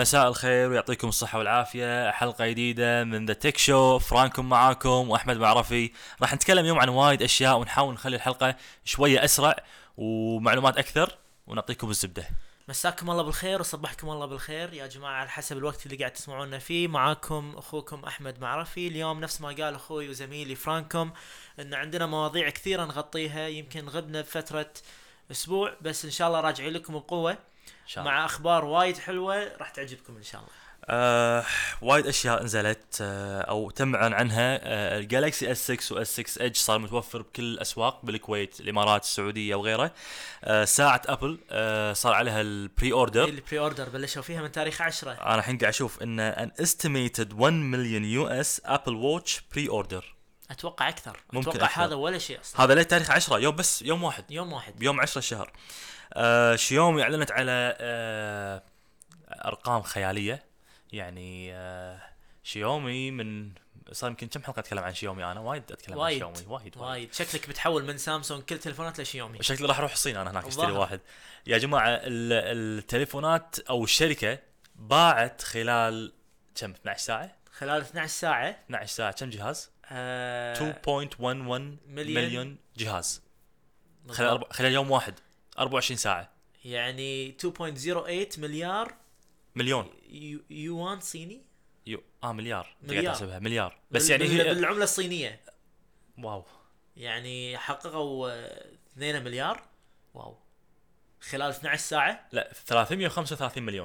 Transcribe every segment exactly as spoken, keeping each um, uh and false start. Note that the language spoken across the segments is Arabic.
مساء الخير ويعطيكم الصحة والعافية. حلقة جديدة من ذا تك شو، فرانكم معاكم وأحمد معرفي. راح نتكلم اليوم عن وايد أشياء ونحاول نخلي الحلقة شوية أسرع ومعلومات أكثر ونعطيكم الزبدة. مساكم الله بالخير وصبحكم الله بالخير يا جماعة، على حسب الوقت اللي قاعد تسمعونا فيه. معاكم أخوكم أحمد معرفي. اليوم نفس ما قال أخوي وزميلي فرانكم إن عندنا مواضيع كثيرة نغطيها. يمكن غبنا بفترة أسبوع، بس إن شاء الله راجعين لكم بقوة مع أخبار وايد حلوة راح تعجبكم إن شاء الله. آه، وايد أشياء نزلت آه، أو تم إعلان عنها. آه، الجالكسي اس ستة و اس ستة إدج صار متوفر بكل الأسواق بالكويت، الإمارات، السعودية وغيرها. آه، ساعة أبل آه، صار عليها البري أوردر. البري أوردر بلشوا فيها من تاريخ عشرة. أنا الحين قاعد أشوف إن an estimated one million يو إس Apple Watch pre order. أتوقع أكثر. ممكن أتوقع أكثر. هذا ولا شيء أصلا. هذا ليه تاريخ عشرة، يوم بس يوم واحد يوم واحد بيوم عشرة الشهر. آه شيومي اعلنت على آه ارقام خياليه. يعني آه شيومي من صار يمكن كم حلقه اتكلم عن شيومي. انا وايد اتكلم وايد. عن شيومي وايد, وايد. وايد شكلك بتحول من سامسونج كل تلفونات لشيومي. شكلي راح اروح الصين انا هناك اشتري الظاهر. واحد. يا جماعه ال- التليفونات او الشركه باعت خلال كم اثنتي عشرة ساعه خلال اثنتي عشرة ساعة اثنتي عشرة ساعه كم جهاز؟ آه اثنين فاصلة واحد واحد مليون. مليون جهاز بالضبط. خلال أربع... خلال يوم واحد أربعة وعشرين ساعه. يعني اثنين فاصلة صفر ثمانية مليار مليون يو يوان صيني. يو اه مليار مليار. قاعد تحسبها مليار بس بال... يعني بال... هي بالعملة الصينية. واو. يعني حققوا آه، اثنين مليار. واو. خلال اثنتي عشرة ساعة. لا ثلاثمية وخمسة وثلاثين مليون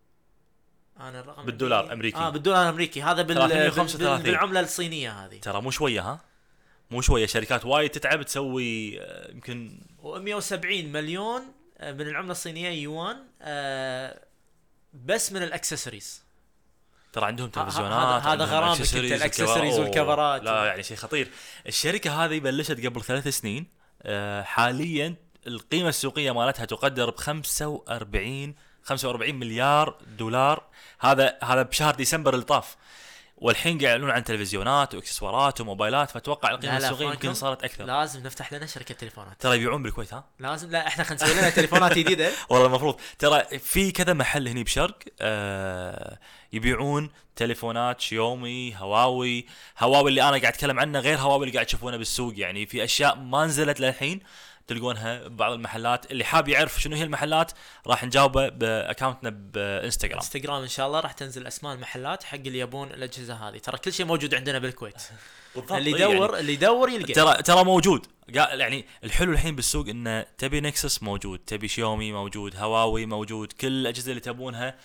انا الرقم بالدولار اللي- أمريكي. اه بالدولار الامريكي. هذا بال... ثلاثمية بال... وخمسة بال... وثلاثين. بالعملة الصينية هذه. ترى مو شويه، ها مو شويه. شركات وايد تتعب تسوي آه، يمكن و170 مليون آه، من العملة الصينية يوان آه، بس من الاكسسوارز. ترى عندهم ه- تلفزيونات. هذا- هذا عندهم غرامك accessories انت، والكفر- الأكسسوارز أوه، والكفرات. لا يعني شيء خطير. الشركه هذه بلشت قبل ثلاث سنين. آه، حاليا القيمه السوقيه مالتها تقدر ب خمسة وأربعين خمسة وأربعين مليار دولار. هذا هذا بشهر ديسمبر اللي طاف. والحين قاعد يعلنون عن تلفزيونات واكسسوارات وموبايلات، فاتوقع القيمه لا لا السوقيه فرانكو، يمكن صارت اكثر. لازم نفتح لنا شركة تليفونات. ترى يبيعون بالكويت، ها لازم. لا احنا خلينا نسوي لنا تليفونات جديدة. والله المفروض. ترى في كذا محل هني بشرق آه يبيعون تليفونات شيومي، هواوي. هواوي اللي انا قاعد اتكلم عنه غير هواوي اللي قاعد تشوفونه بالسوق. يعني في اشياء ما نزلت للحين تلقونها ببعض المحلات. اللي حاب يعرف شنو هي المحلات راح نجاوبه باكاونتنا بانستغرام. انستغرام ان شاء الله راح تنزل اسماء المحلات حق اللي يبون الاجهزة هذه. ترى كل شيء موجود عندنا بالكويت. اللي يدور يعني اللي يدور يلقى. ترى ترى موجود. قا- يعني الحلو الحين بالسوق انه تبي نكسس موجود، تبي شيومي موجود، هواوي موجود، كل الاجهزه اللي تبونها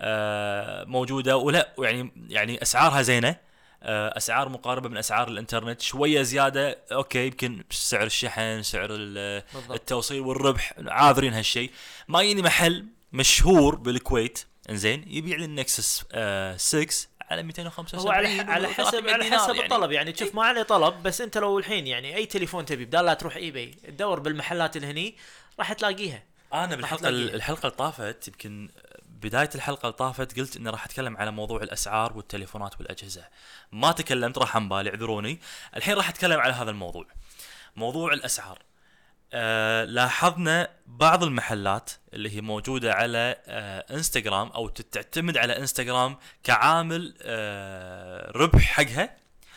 آه، موجوده. ولا يعني يعني اسعارها زينه. آه، اسعار مقاربه من اسعار الانترنت، شويه زياده اوكي يمكن سعر الشحن، سعر ال- بالضبط. التوصيل والربح عاذرين هالشيء. ما يني محل مشهور بالكويت انزين يبيع لي النكسس آه ستة على مئتين وخمسة هو وسبعين على على حسب وثلاثمية على دينار حسب يعني. الطلب. يعني تشوف ما عليه طلب. بس انت لو الحين يعني اي تليفون تبي بدال لا تروح اي باي تدور بالمحلات اللي هني راح تلاقيها. انا بالحلقه تلاقيها. الحلقه اللي طافت يمكن بدايه الحلقه اللي طافت قلت اني راح اتكلم على موضوع الاسعار والتليفونات والاجهزه. ما تكلمت، راح عن بالي، اعذروني. الحين راح اتكلم على هذا الموضوع، موضوع الاسعار. أه لاحظنا بعض المحلات اللي هي موجوده على أه انستغرام او تعتمد على انستغرام كعامل أه ربح حقها.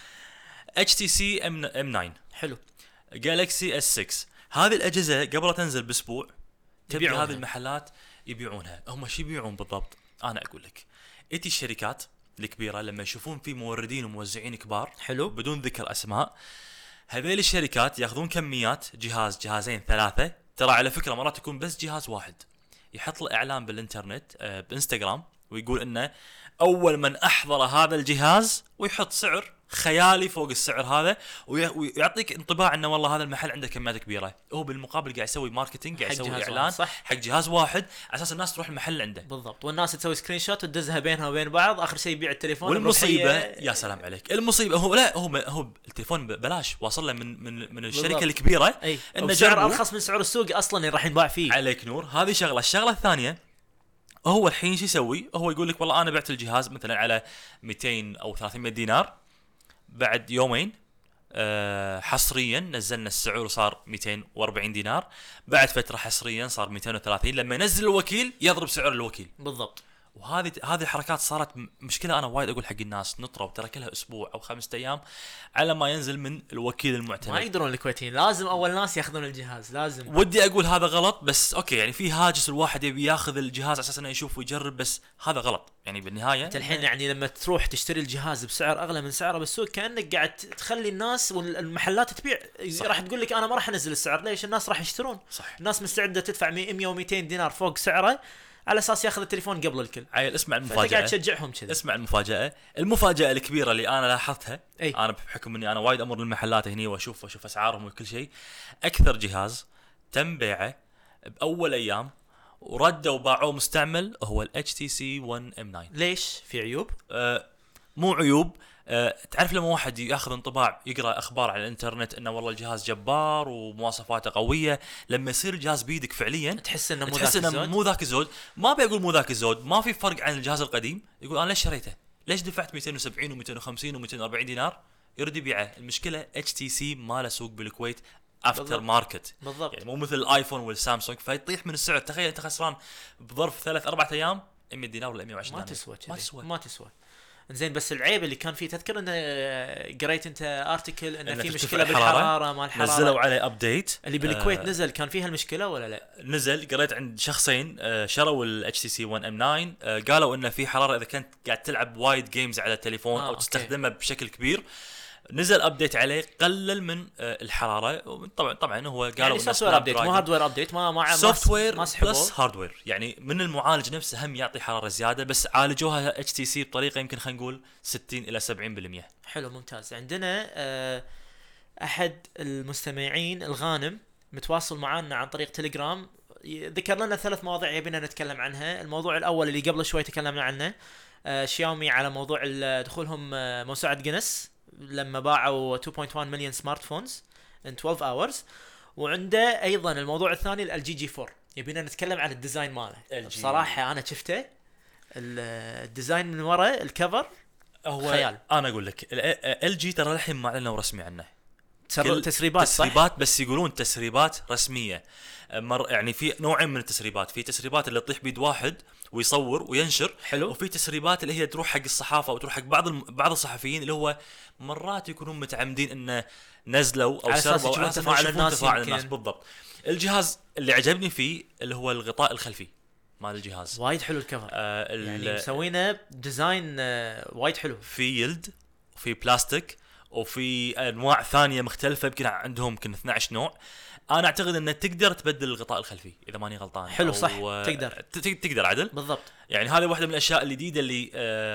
اتش تي سي ام تسعة، حلو. جالكسي اس ستة، هذه الاجهزه قبل لا تنزل باسبوع تبي يبيعونها. هذه المحلات يبيعونها. هم شو يبيعون بالضبط؟ انا اقول لك. اتي الشركات الكبيره لما يشوفون في موردين وموزعين كبار، حلو. بدون ذكر اسماء، هذيل الشركات ياخذون كميات، جهاز جهازين ثلاثه. ترى على فكره مرات يكون بس جهاز واحد، يحط له اعلان بالانترنت آه بانستغرام ويقول انه اول من احضر هذا الجهاز، ويحط سعر خيالي فوق السعر هذا، وي- ويعطيك انطباع انه والله هذا المحل عنده كميات كبيره. هو بالمقابل قاعد يسوي ماركتينج، قاعد حق يسوي جهاز اعلان واحد، صح. حق جهاز واحد على اساس الناس تروح المحل عنده. بالضبط. والناس تسوي سكرين شوت وتدزها بينها وبين بعض. اخر شيء يبيع التليفون. والمصيبه بربحية. يا سلام عليك، المصيبه هو لا هو هو التليفون ببلاش واصل له من من من الشركه بالضبط. الكبيره. اي انه بسعر جربوا. ارخص من سعر السوق اصلا اللي راح ينباع فيه. عليك نور. هذه شغله. الشغله الثانيه، هو الحين شو يسوي؟ هو يقول لك والله انا بعت الجهاز مثلا على مئتين او ثلاثمية دينار، بعد يومين أه حصريا نزلنا السعر وصار مئتين وأربعين دينار، بعد فتره حصريا صار مئتين وثلاثين، لما ينزل الوكيل يضرب سعر الوكيل. بالضبط. وهذه هذه الحركات صارت م- مشكله. انا وايد اقول حق الناس نطروا ترى كلها اسبوع او خمسة ايام على ما ينزل من الوكيل ما المعتمد. يقدرون الكويتيين، لازم اول ناس ياخذون الجهاز، لازم. ودي اقول هذا غلط، بس اوكي يعني في هاجس الواحد يبي ياخذ الجهاز على اساس انه يشوف ويجرب، بس هذا غلط يعني بالنهايه. انت الحين يعني لما تروح تشتري الجهاز بسعر اغلى من سعره بالسوق، كانك قاعد تخلي الناس والمحلات تبيع. صح. راح تقول لك انا ما راح انزل السعر، ليش؟ الناس راح يشترون. صح. الناس مستعده تدفع مية و200 دينار فوق سعره على اساس ياخذ التليفون قبل الكل. عيل اسمع فانت قاعد المفاجاه، تشجعهم كذا. اسمع المفاجاه المفاجاه الكبيره اللي انا لاحظتها. أي. انا بحكم اني انا وايد امر المحلات هني واشوف واشوف اسعارهم وكل شيء. اكثر جهاز تم بيعه باول ايام وردوا وباعوه مستعمل هو ال إتش تي سي ون إم ناين. ليش؟ في عيوب؟ أه مو عيوب. أه تعرف لما واحد ياخذ انطباع يقرا اخبار على الانترنت انه والله الجهاز جبار ومواصفاته قويه، لما يصير الجهاز بيدك فعليا تحس انه مو تحس ذاك انه الزود؟ مو ذاك الزود. ما بيقول مو ذاك الزود، ما في فرق عن الجهاز القديم. يقول انا ليش شريته؟ ليش دفعت مئتين وسبعين و250 و240 دينار؟ يرد يبيعه. المشكله إتش تي سي ما له سوق بالكويت افتر بالضبط. ماركت، بالضبط. يعني مو مثل الايفون والسامسونج فيطيح من السعر. تخيل انت خسران بظرف ثلاث اربع ايام مية دينار ولا مية وعشرين ما دينار. تسوى ما كذي. تسوى ما تسوى. زين بس العيب اللي كان فيه، تذكر انه قريت انت ارتكل انه إنه في ترتفع مشكله الحرارة؟ بالحراره مال الحراره نزلوا عليه ابديت اللي بالكويت آه نزل، كان فيها المشكله ولا لا؟ نزل. قريت عند شخصين آه شروا ال إتش تي سي ون إم ناين آه قالوا انه في حراره اذا كنت قاعد تلعب وايد جيمز على التليفون آه، او أوكي. تستخدمه بشكل كبير. نزل ابديت عليه قلل من آه الحراره. طبعا طبعا هو قالوا يعني انه سوفت وير ابديت مو هاردوير ابديت، ما ما سوفت وير ما سحبوه. بلس هاردوير، يعني من المعالج نفسه هم يعطي حراره زياده، بس عالجوها إتش تي سي بطريقه يمكن خلينا نقول ستين الى سبعين بالمئة. حلو ممتاز. عندنا آه، احد المستمعين الغانم متواصل معنا عن طريق تليجرام، ي- ذكر لنا ثلاث مواضيع يبينا نتكلم عنها. الموضوع الاول اللي قبل شوي تكلمنا عنه، آه، شاومي على موضوع ال- دخولهم آه، موسوعه جينيس لما باعوا اثنين فاصلة واحد مليون سمارت فونز in اثناشر hours. وعنده ايضا الموضوع الثاني ال جي جي فور، يبينا نتكلم عن الديزاين ماله. إل جي. بصراحه انا شفته ال- الديزاين من وراء الكفر هو خيال. انا اقول لك ال جي ترى الحين ما اعلنوا رسمي عنه. تسر- كل تسريبات صح؟ تسريبات بس يقولون تسريبات رسميه. مر يعني في نوعين من التسريبات، في تسريبات اللي تطيح بيد واحد ويصور وينشر، حلو. وفي تسريبات اللي هي تروح حق الصحافه او تروح حق بعض الم... بعض الصحفيين اللي هو مرات يكونون متعمدين انه نزلوا او على أساس سربوا يشوفون على أساس تفاعل يشوفون الناس تفاعل يمكن. الناس. بالضبط. الجهاز اللي عجبني فيه اللي هو الغطاء الخلفي مال الجهاز. وايد حلو الكفر. آه ال- يعني مسوينه ديزاين آه، وايد حلو. في يلد وفي بلاستيك وفي انواع ثانيه مختلفه، يمكن عندهم يمكن اثنا عشر نوع. انا اعتقد ان تقدر تبدل الغطاء الخلفي اذا ماني غلطان. حلو، أو- صح، تقدر. ت- ت- تقدر عدل. بالضبط. يعني هذه واحده من الاشياء الجديده اللي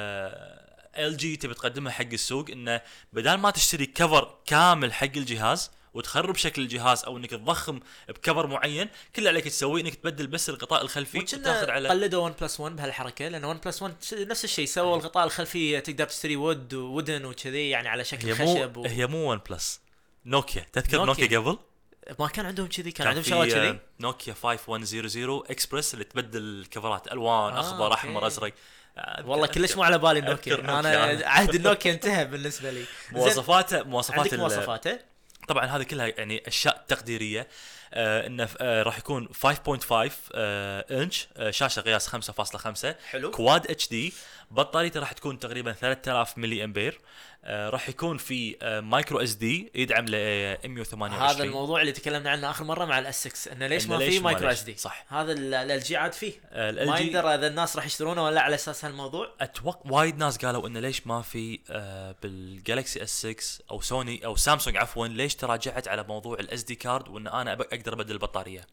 ال جي تبي تقدمها حق السوق، انه بدال ما تشتري كفر كامل حق الجهاز وتخرب شكل الجهاز او انك تضخم بكفر معين، كل اللي عليك تسويه انك تبدل بس الغطاء الخلفي وتاخذ وكنا على قلدوا ون بلس ون بهالحركه، لان ون بلس ون نفس الشيء سووا الغطاء الخلفي تقدر تشتري وود وودن وكذي، يعني على شكل هي خشب مو و... هي مو ون بلس، نوكيا. تذكر نوكيا. نوكيا قبل ما كان عندهم كذي، كان, كان عندهم في شغله آه، كذي. نوكيا خمسة واحد صفر صفر اكسبرس اللي تبدل الكفرات الوان آه، اخضر أوكي. احمر ازرق. أذكر- والله كلش أذكر. مو على بالي النوكيا، أذكر نوكيا انا أنا. عهد النوكيا انتهى بالنسبه لي. زين، مواصفاته مواصفات عندك ال- مواصفاته؟ طبعا هذه كلها يعني اشياء تقديريه. آه انه آه راح يكون خمسة فاصلة خمسة آه انش، آه شاشه قياس خمسة فاصلة خمسة، حلو. كواد اتش دي. بطاريته راح تكون تقريبا ثلاثة آلاف ملي امبير. آه راح يكون في آه مايكرو اس دي يدعم ل مية وثمانية وعشرين. هذا الموضوع اللي تكلمنا عنه اخر مره مع الاس ستة، انه ليش إنه ما ليش في ما مايكرو ليش. اس دي. صح. هذا ال جي عاد فيه. آه ما ال جي يقدر اذا الناس راح يشترونه ولا على اساس هالموضوع. اتوقع وايد ناس قالوا انه ليش ما في آه بالجالكسي اس ستة او سوني او سامسونج عفوا، ليش تراجعت على موضوع الاس دي كارد وان انا أب- اقدر ابدل البطاريه.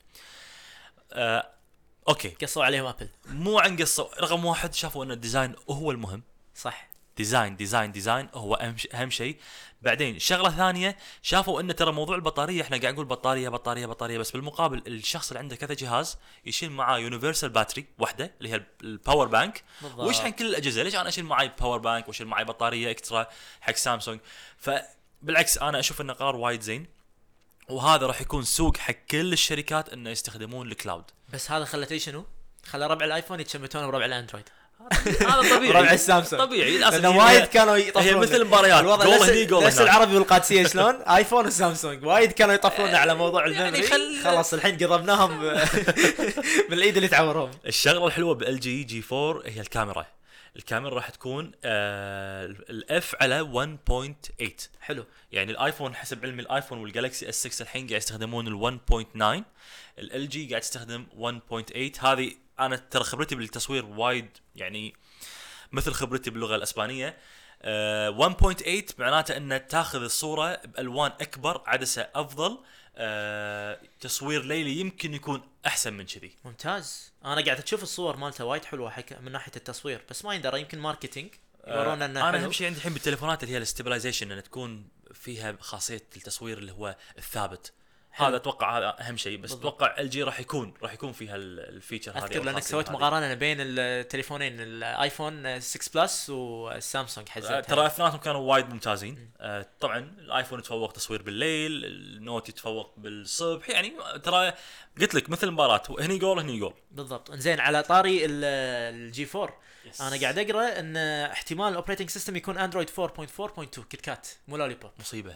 آه اوكي، قصوا عليهم ابل. مو عن قصه. رقم واحد شافوا ان الديزاين هو المهم. صح. ديزاين ديزاين ديزاين هو اهم ش- اهم شيء. بعدين شغله ثانيه، شافوا ان ترى موضوع البطاريه احنا قاعد نقول بطاريه بطاريه بطاريه، بس بالمقابل الشخص اللي عنده كذا جهاز يشيل معاه يونيفرسال باتري واحده اللي هي الباور بانك. بالضبط. ويشحن كل الاجهزه. ليش انا اشيل معي باور بانك واشيل معي بطاريه اكسترا حق سامسونج؟ فبالعكس انا اشوف انه قرار وايد زين، وهذا راح يكون سوق حق كل الشركات انه يستخدمون الكلاود. بس هذا خلته شنو؟ خلى ربع الايفون يتشمتون بربع الاندرويد. هذا طبيعي ربع السامسونج طبيعي للاسف. لأنه هي- وايد كانوا هي يطفرون مثل المباريات الوضع جول نفس هني جول نفس هناك. العربي والقادسيه شلون ايفون وسامسونج وايد كانوا يطفرون على موضوع يعني الميموري خل- خلاص الحين قضبناهم بالايد اللي تعورهم. الشغله الحلوه بال جي جي فور هي الكاميرا. الكاميرا راح تكون آه الاف على واحد فاصلة ثمانية. حلو. يعني الايفون حسب علمي الايفون والجالكسي اس ستة الحين قاعد يستخدمون ال واحد فاصلة تسعة، ال جي قاعد تستخدم واحد فاصلة ثمانية. هذه انا ترى خبرتي بالتصوير وايد يعني مثل خبرتي باللغه الاسبانيه. أه واحد فاصلة ثمانية معناته ان تاخذ الصوره بالوان اكبر، عدسه افضل، أه تصوير ليلي يمكن يكون احسن من كذي. ممتاز. انا قاعد اشوف الصور مالته وايد حلوه حك... من ناحيه التصوير، بس ما يندرى يمكن ماركتينج يورونا انه انا حلو. اهم شيء عندي الحين بالتليفونات اللي هي الاستابلايزيشن، ان تكون فيها خاصيه التصوير اللي هو الثابت. حلو. هذا اتوقع هذا اهم شيء، بس بالضبط. اتوقع ال جي راح يكون راح يكون فيها ال- الفيتشر هذه. اذكر أو لانك الخاصية سويت هذه. مقارنه بين التليفونين الايفون ستة بلس والسامسونج آه، حزتها. ترى اثنيناتهم كانوا وايد ممتازين. آه، طبعا الايفون يتفوق تصوير بالليل، النوت يتفوق بالصبح، يعني ترى قلت لك مثل المباراه، هني جول هني جول. بالضبط. انزين على طاري الجي فور، Yes. انا قاعد اقرا ان احتمال الاوبريتنج سيستم يكون اندرويد أربعة فاصلة أربعة فاصلة اثنين كيت كات مو لوليبوب. مصيبه.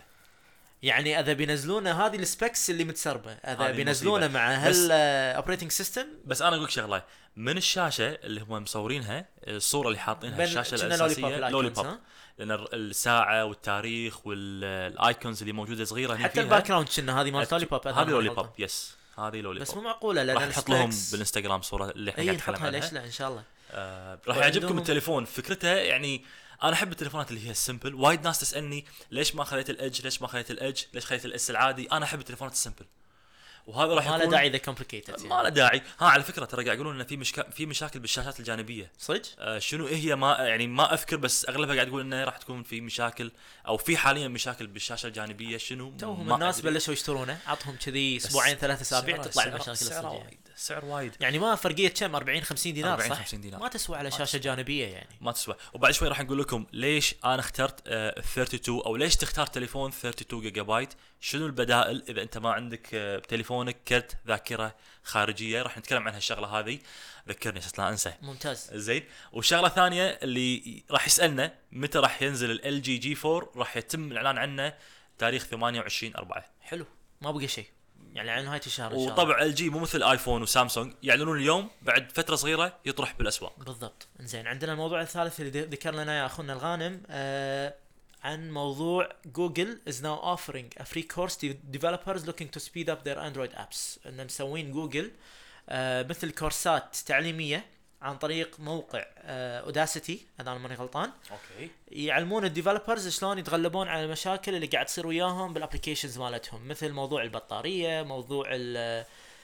يعني اذا بينزلونه هذه السبيكس اللي متسربه، اذا هذه بينزلونه مصيبة. مع بس- هالاوبريتنج سيستم بس انا اقول لك شغله، من الشاشه اللي هم مصورينها، الصوره اللي حاطينها بين- الشاشه كنا الاساسيه لوليبوب الآيكونز، لوليبوب، ها؟ لان ال- الساعه والتاريخ والايكونز اللي موجوده صغيره هني حتى فيها. الباك جراوند كنا هذه مالت لوليبوب. هذه لوليبوب. يس هذه لوليبوب. بس مو معقوله لان راح نحط لهم السبيكس- بالانستغرام صوره اللي احنا اي قاعد نتكلم نحطها عنها. ليش لا ان شاء الله. آه راح وعندهم- يعجبكم التليفون فكرته. يعني انا احب التليفونات اللي هي السمبل. وايد ناس تسالني ليش ما خليت الادج، ليش ما خليت الادج، ليش خليت الاس العادي. انا احب التليفونات السمبل، وهذا راح ما له يكون داعي اذا كومبليكيتد ما له داعي. ها على فكره ترى قاعد يقولون ان في مشكا... في مشاكل بالشاشات الجانبيه. صدق. آه شنو إيه هي ما يعني ما اذكر، بس اغلبها قاعد يقول انه راح تكون في مشاكل، او في حاليا مشاكل بالشاشه الجانبيه. شنو توهم ما الناس أدري. بلشوا يشترونه، عطهم كذي بس اسبوعين ثلاث اسابيع سعره- تطلع سعره- المشاكل سعره الصجيه. وايد، سعر وايد يعني ما فرقيه كم أربعين خمسين دينار أربعين صح؟ خمسين دينار. ما تسوى على ما شاشه تسوى. جانبيه يعني. ما تسوى. وبعد شوي راح نقول لكم ليش انا اخترت آه اثنين وثلاثين، او ليش تختار تليفون اثنين وثلاثين جيجا بايت. شنو البدائل اذا انت ما عندك آه بتليفونك كرت ذاكره خارجيه. راح نتكلم عن هالشغله هذه، ذكرني اساس لا انسى. ممتاز. زين. والشغله الثانيه اللي راح يسالنا متى راح ينزل ال جي جي فور. راح يتم الاعلان عنه تاريخ ثمانية وعشرين أربعة. حلو. ما بقى شيء يعني على نهايه الشهر ان شاء الله. وطبعا ال جي مو مثل ايفون وسامسونج يعلنون اليوم، بعد فتره صغيره يطرح بالاسواق. بالضبط. زين عندنا الموضوع الثالث اللي ذكر لنا يا اخونا الغانم آه عن موضوع جوجل is now offering a free course to developers looking to speed up their Android apps. ان مسوين جوجل آه مثل كورسات تعليميه عن طريق موقع آه اوداسيتي، اذا انا ماني غلطان، اوكي. يعلمون الديفلوبرز شلون يتغلبون على المشاكل اللي قاعد تصير وياهم بالابلكيشنز مالتهم، مثل موضوع البطاريه، موضوع ال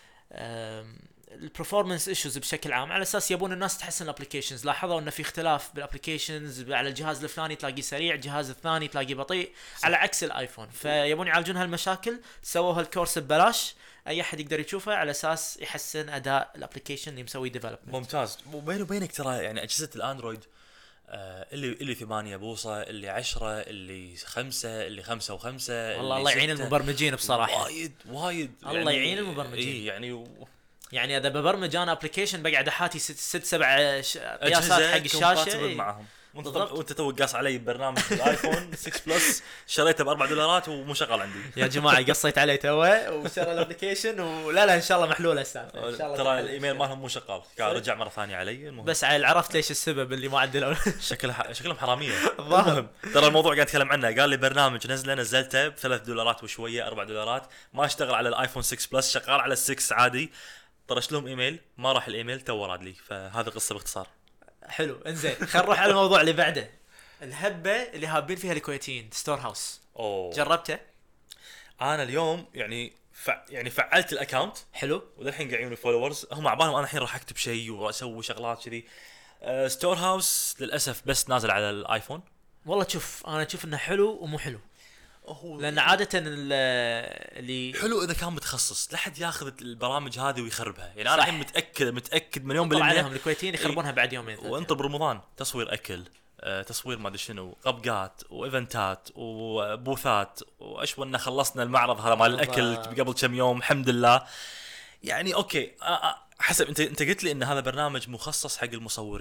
البرفورمانس ايشوز بشكل عام، على اساس يبون الناس تحسن الابلكيشنز. لاحظوا انه في اختلاف بالابلكيشنز، على الجهاز الفلاني تلاقيه سريع، الجهاز الثاني تلاقيه بطيء، على عكس الايفون. فيبون يعالجون هالمشاكل، سووا هالكورس ببلاش، اي احد يقدر يشوفه على اساس يحسن اداء الابلكيشن اللي مسوي ديفلوبمنت. ممتاز. وبيني وبينك ترى يعني اجهزه الاندرويد آه اللي اللي ثمانية بوصه، اللي عشرة، اللي خمسة، اللي خمسة وخمسة، والله الله يعين المبرمجين بصراحه. وايد وايد الله يعني يعين المبرمجين. إيه يعني و... يعني اذا ببرمج انا ابلكيشن بقعد احاتي ست, ست سبع ش- قياسات أجهزة حق الشاشه. compatible إيه. معهم. وانت بالضبط. طب... وانت تو قاص علي برنامج الايفون ستة بلس شريته بأربع دولارات ومو شغال عندي. يا جماعه قصيت عليه توه وشرى الابلكيشن، ولا لا ان شاء الله محلوله السالفه ان شاء الله. ترى تنحل. الايميل مالهم مو شغال، قاعد ارجع مره ثانيه علي. المهم بس عيل عرفت ليش السبب اللي ما عدلوا. شكلها شكلهم حراميه. الظاهر. المهم ترى الموضوع قاعد اتكلم عنه. قال لي برنامج نزله نزلته بثلاث دولارات وشويه، اربع دولارات، ما اشتغل على الايفون ستة بلس، شغال على الستة عادي. طرش لهم ايميل، ما راح الايميل تو راد لي. فهذا قصه باختصار. حلو. انزين خلينا نروح على الموضوع اللي بعده، الهبه اللي هابين فيها الكويتيين، ستور هاوس. اوه جربته؟ انا اليوم يعني فع يعني فعلت الاكونت، حلو. وللحين قاعد يجوني فولورز. هم عبالهم انا الحين راح اكتب شيء واسوي شغلات كذي. أه ستور هاوس للاسف بس نازل على الايفون. والله شوف انا اشوف انه حلو ومو حلو، هو لان عاده ال- اللي حلو اذا كان متخصص، لا حد ياخذ البرامج هذه ويخربها. يعني انا صح. الحين متاكد متاكد مليون طلع عليهم بالمية. الكويتيين يخربونها بعد يومين ثلاثة. وانت برمضان تصوير اكل، آه، تصوير ما ادري شنو، طبقات وايفنتات وبوثات، واشوى ان خلصنا المعرض هذا مال الاكل الله. قبل كم يوم الحمد لله. يعني اوكي آه، آه، حسب انت انت قلت لي ان هذا برنامج مخصص حق المصورين.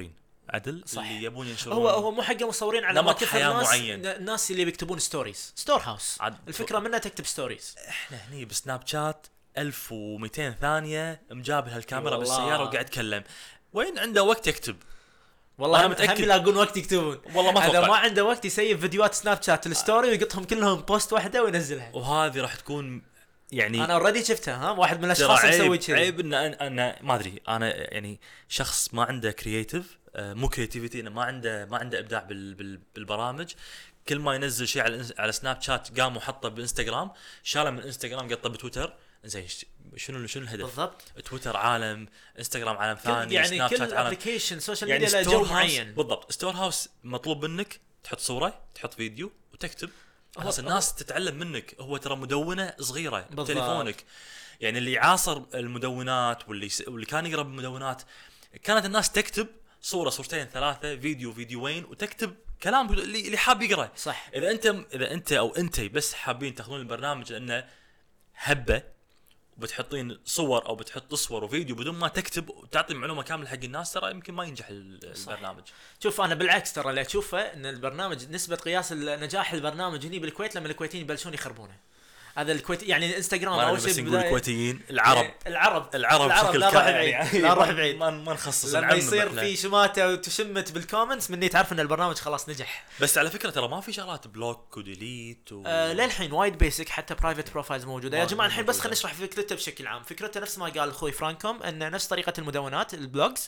عدل صح. اللي يبون ينشرون. هو هو مو حق مصورين على نمط ما كثر حياة ناس معين. الناس اللي بيكتبون ستوريز ستور هاوس عاد الفكره منها تكتب ستوريز. احنا هني بسناب شات ألف ومئتين ثانيه مجابل هالكاميرا والله. بالسياره وقاعد يتكلم، وين عنده وقت يكتب؟ والله أنا انا متأكد. متاكد يلاقون وقت يكتبون. والله ما اذا اتوقع. ما عنده وقت يسيب فيديوهات سناب شات الستوري ويقطهم كلهم بوست واحده وينزلها. وهذه راح تكون يعني انا اوريدي شفتها، ها واحد من ترى الاشخاص عيب مسوي كذي. عيب ان انا أنا ما ادري، انا يعني شخص ما عنده كرييتيف، مو كرياتيفيتي، انه ما عنده ما عنده ابداع بال بال بالبرامج. كل ما ينزل شيء على الإنس- على سناب شات قام وحطه بالانستغرام، شاله من انستغرام قطه بتويتر. زين ش- شنو شنو الهدف؟ بالضبط. تويتر عالم، انستغرام عالم كل ثاني، يعني سناب كل شات عالم. ابلكيشن سوشيال يعني ميديا له ستور جو هاوس- معين. بالضبط. ستور هاوس مطلوب منك تحط صوره، تحط فيديو وتكتب. هو- خلاص الناس تتعلم منك. هو ترى مدونه صغيره بالضبط. بتليفونك. يعني اللي عاصر المدونات واللي س... واللي كان يقرا بالمدونات، كانت الناس تكتب صوره صورتين ثلاثه، فيديو فيديوين، وتكتب كلام اللي اللي حاب يقرا. صح. اذا انت اذا انت او انت بس حابين تاخذون البرنامج لانه هبه، وبتحطين صور او بتحط صور وفيديو بدون ما تكتب وتعطي معلومه كامله حق الناس، ترى يمكن ما ينجح ال- صح. البرنامج. شوف انا بالعكس ترى اللي اشوفه ان البرنامج نسبه قياس نجاح البرنامج هني بالكويت لما الكويتيين يبلشون يخربونه. هذا الكويت يعني الانستغرام ما اول بس شيء نقول بداية- الكويتيين العرب إيه، العرب العرب بشكل لا نروح كامل بعيد يعني. لا نروح بعيد. ما ما نخصص لما نعمم يصير إحنا. في شماته وتشمت بالكومنتس مني تعرف ان البرنامج خلاص نجح. بس على فكره ترى ما في شغلات بلوك وديليت و... آه للحين وايد بيسك، حتى برايفت بروفايلز موجوده. يا ما- جماعه الحين بس موجودة. خلينا نشرح فكرته بشكل عام. فكرته نفس ما قال اخوي فرانكوم، ان نفس طريقه المدونات البلوجز.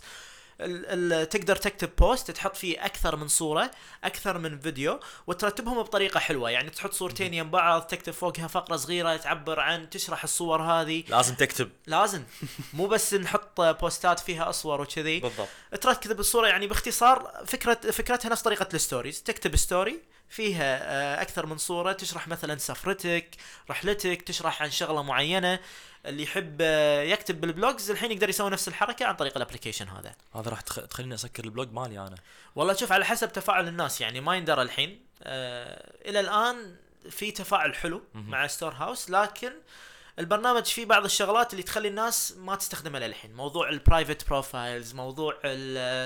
ال ال تقدر تكتب بوست تحط فيه اكثر من صوره، اكثر من فيديو، وترتبهم بطريقه حلوه. يعني تحط صورتين يم بعض، تكتب فوقها فقره صغيره تعبر عن تشرح الصور هذه. لازم تكتب. لازم مو بس نحط بوستات فيها اصور وكذي. بالضبط. تركز بالصوره. يعني باختصار فكره فكرتها نفس طريقه الستوريز. تكتب ستوري فيها آه، اكثر من صوره، تشرح مثلا سفرتك، رحلتك، تشرح عن شغله معينه. اللي يحب آه، يكتب بالبلوجز الحين يقدر يسوي نفس الحركه عن طريق الابلكيشن هذا. هذا راح تخ... تخليني اسكر البلوج مالي انا. والله شوف على حسب تفاعل الناس، يعني ما يندرى الحين. آه الى الان في تفاعل حلو مهم. مع ستور هاوس، لكن البرنامج فيه بعض الشغلات اللي تخلي الناس ما تستخدمها للحين. موضوع البرايفت بروفايلز، موضوع ال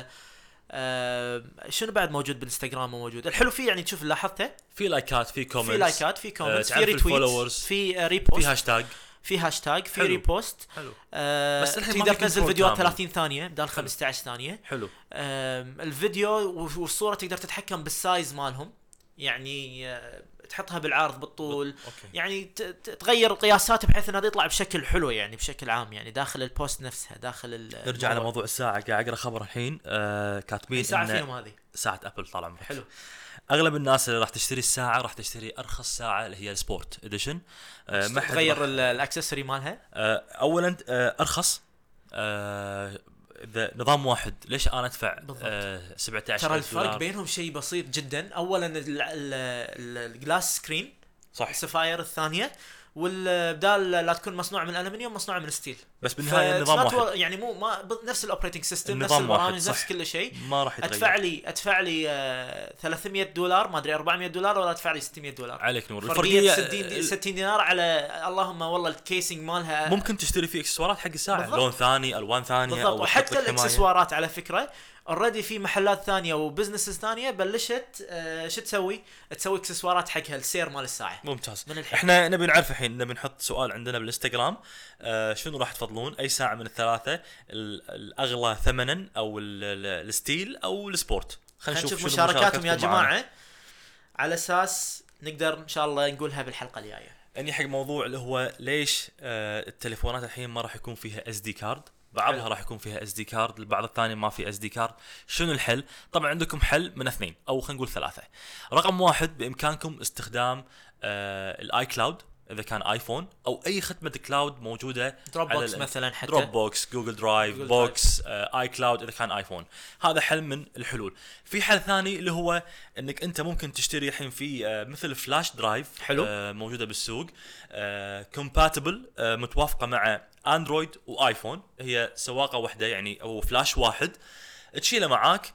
آه شنو بعد موجود بالانستغرام موجود. الحلو فيه يعني تشوف لاحظته في لايكات، في كومنتس، في لايكات، في كومنتس، في تعرف ريتويتس، الفولورز، في آه ريبوست، في هاشتاج. في هاشتاج، في حلو. ريبوست. حلو. آه بس الحين ما تقدر في تنزل كنترول فيديوهات كامل. ثلاثين ثانيه بدال خمسة عشر ثانيه. حلو. آم، الفيديو والصورة تقدر تتحكم بالسايز مالهم. يعني آه، تحطها بالعرض بالطول. اوكي. يعني ت- ت- تغير القياسات بحيث انها يطلع بشكل حلو، يعني بشكل عام، يعني داخل البوست نفسها، داخل ال- نرجع على الموضوع. موضوع الساعه. قاعد اقرا خبر الحين آه كاتبين ساعة إن فيهم هذه. ساعه ابل طال عمرك. حلو. اغلب الناس اللي راح تشتري الساعه راح تشتري ارخص ساعه اللي هي السبورت اديشن. آه ما حد تغير راح- ال- الاكسسوري مالها. آه اولا آه ارخص. آه اذا نظام واحد ليش انا ادفع بالضبط. آه سبعة عشر ترى ألف الفرق دولار؟ بينهم شيء بسيط جدا. اولا ال- ال- الجلاس سكرين، صح. السفاير الثانيه، والبدال لا تكون مصنوع من الالمنيوم، مصنوع من ستيل. بس بالنهايه النظام فنات واحد. و- يعني مو ما ب- نفس الاوبريتنج سيستم، نفس النظام واحد، البرامج، صح. نفس كل شيء. ما راح يتغير. ادفع لي ادفع لي آه ثلاثمية دولار، ما ادري أربعمية دولار، ولا ادفع لي ستمية دولار. عليك نور. فرقيه الفرقيه ستين ال- ستين دينار على اللهم والله الكيسنج مالها. ممكن تشتري فيه اكسسوارات حق الساعه، بالضبط. لون ثاني، الوان ثانيه، بالضبط. أو وحتى تحط لك حماية. الاكسسوارات على فكره اوريدي في محلات ثانيه وبزنسز ثانيه بلشت آه شو تسوي؟ تسوي اكسسوارات حقها السير مال الساعه. ممتاز. من الحين. احنا نبي نعرف الحين، نبي نحط سؤال عندنا بالانستغرام. آه شنو راح تفضلون؟ اي ساعه من الثلاثه، ال- الاغلى ثمنا او ال- ال- الستيل او السبورت؟ خلينا نشوف شنو مشاركاتهم يا مشاركتكم معنا. جماعه، على اساس نقدر ان شاء الله نقولها بالحلقه الجايه. اني حق موضوع اللي هو ليش آه التليفونات الحين ما راح يكون فيها اس دي كارد. بعضها حلو. راح يكون فيها اس دي كارد، البعض الثاني ما في اس دي كارد. شنو الحل؟ طبعا عندكم حل من اثنين او خلينا نقول ثلاثه. رقم واحد، بامكانكم استخدام آه الاي كلاود اذا كان ايفون، او اي خدمه كلاود موجوده دروب على بوكس ال- مثلا، حتى دروب بوكس، جوجل درايف، جوجل بوكس، آه، اي كلاود اذا كان ايفون. هذا حل من الحلول. في حل ثاني اللي هو انك انت ممكن تشتري الحين في آه، مثل فلاش درايف حلو. آه، موجوده بالسوق، كومباتبل، متوافقه مع اندرويد وايفون. هي سواقه واحده يعني، او فلاش واحد تشيله معاك.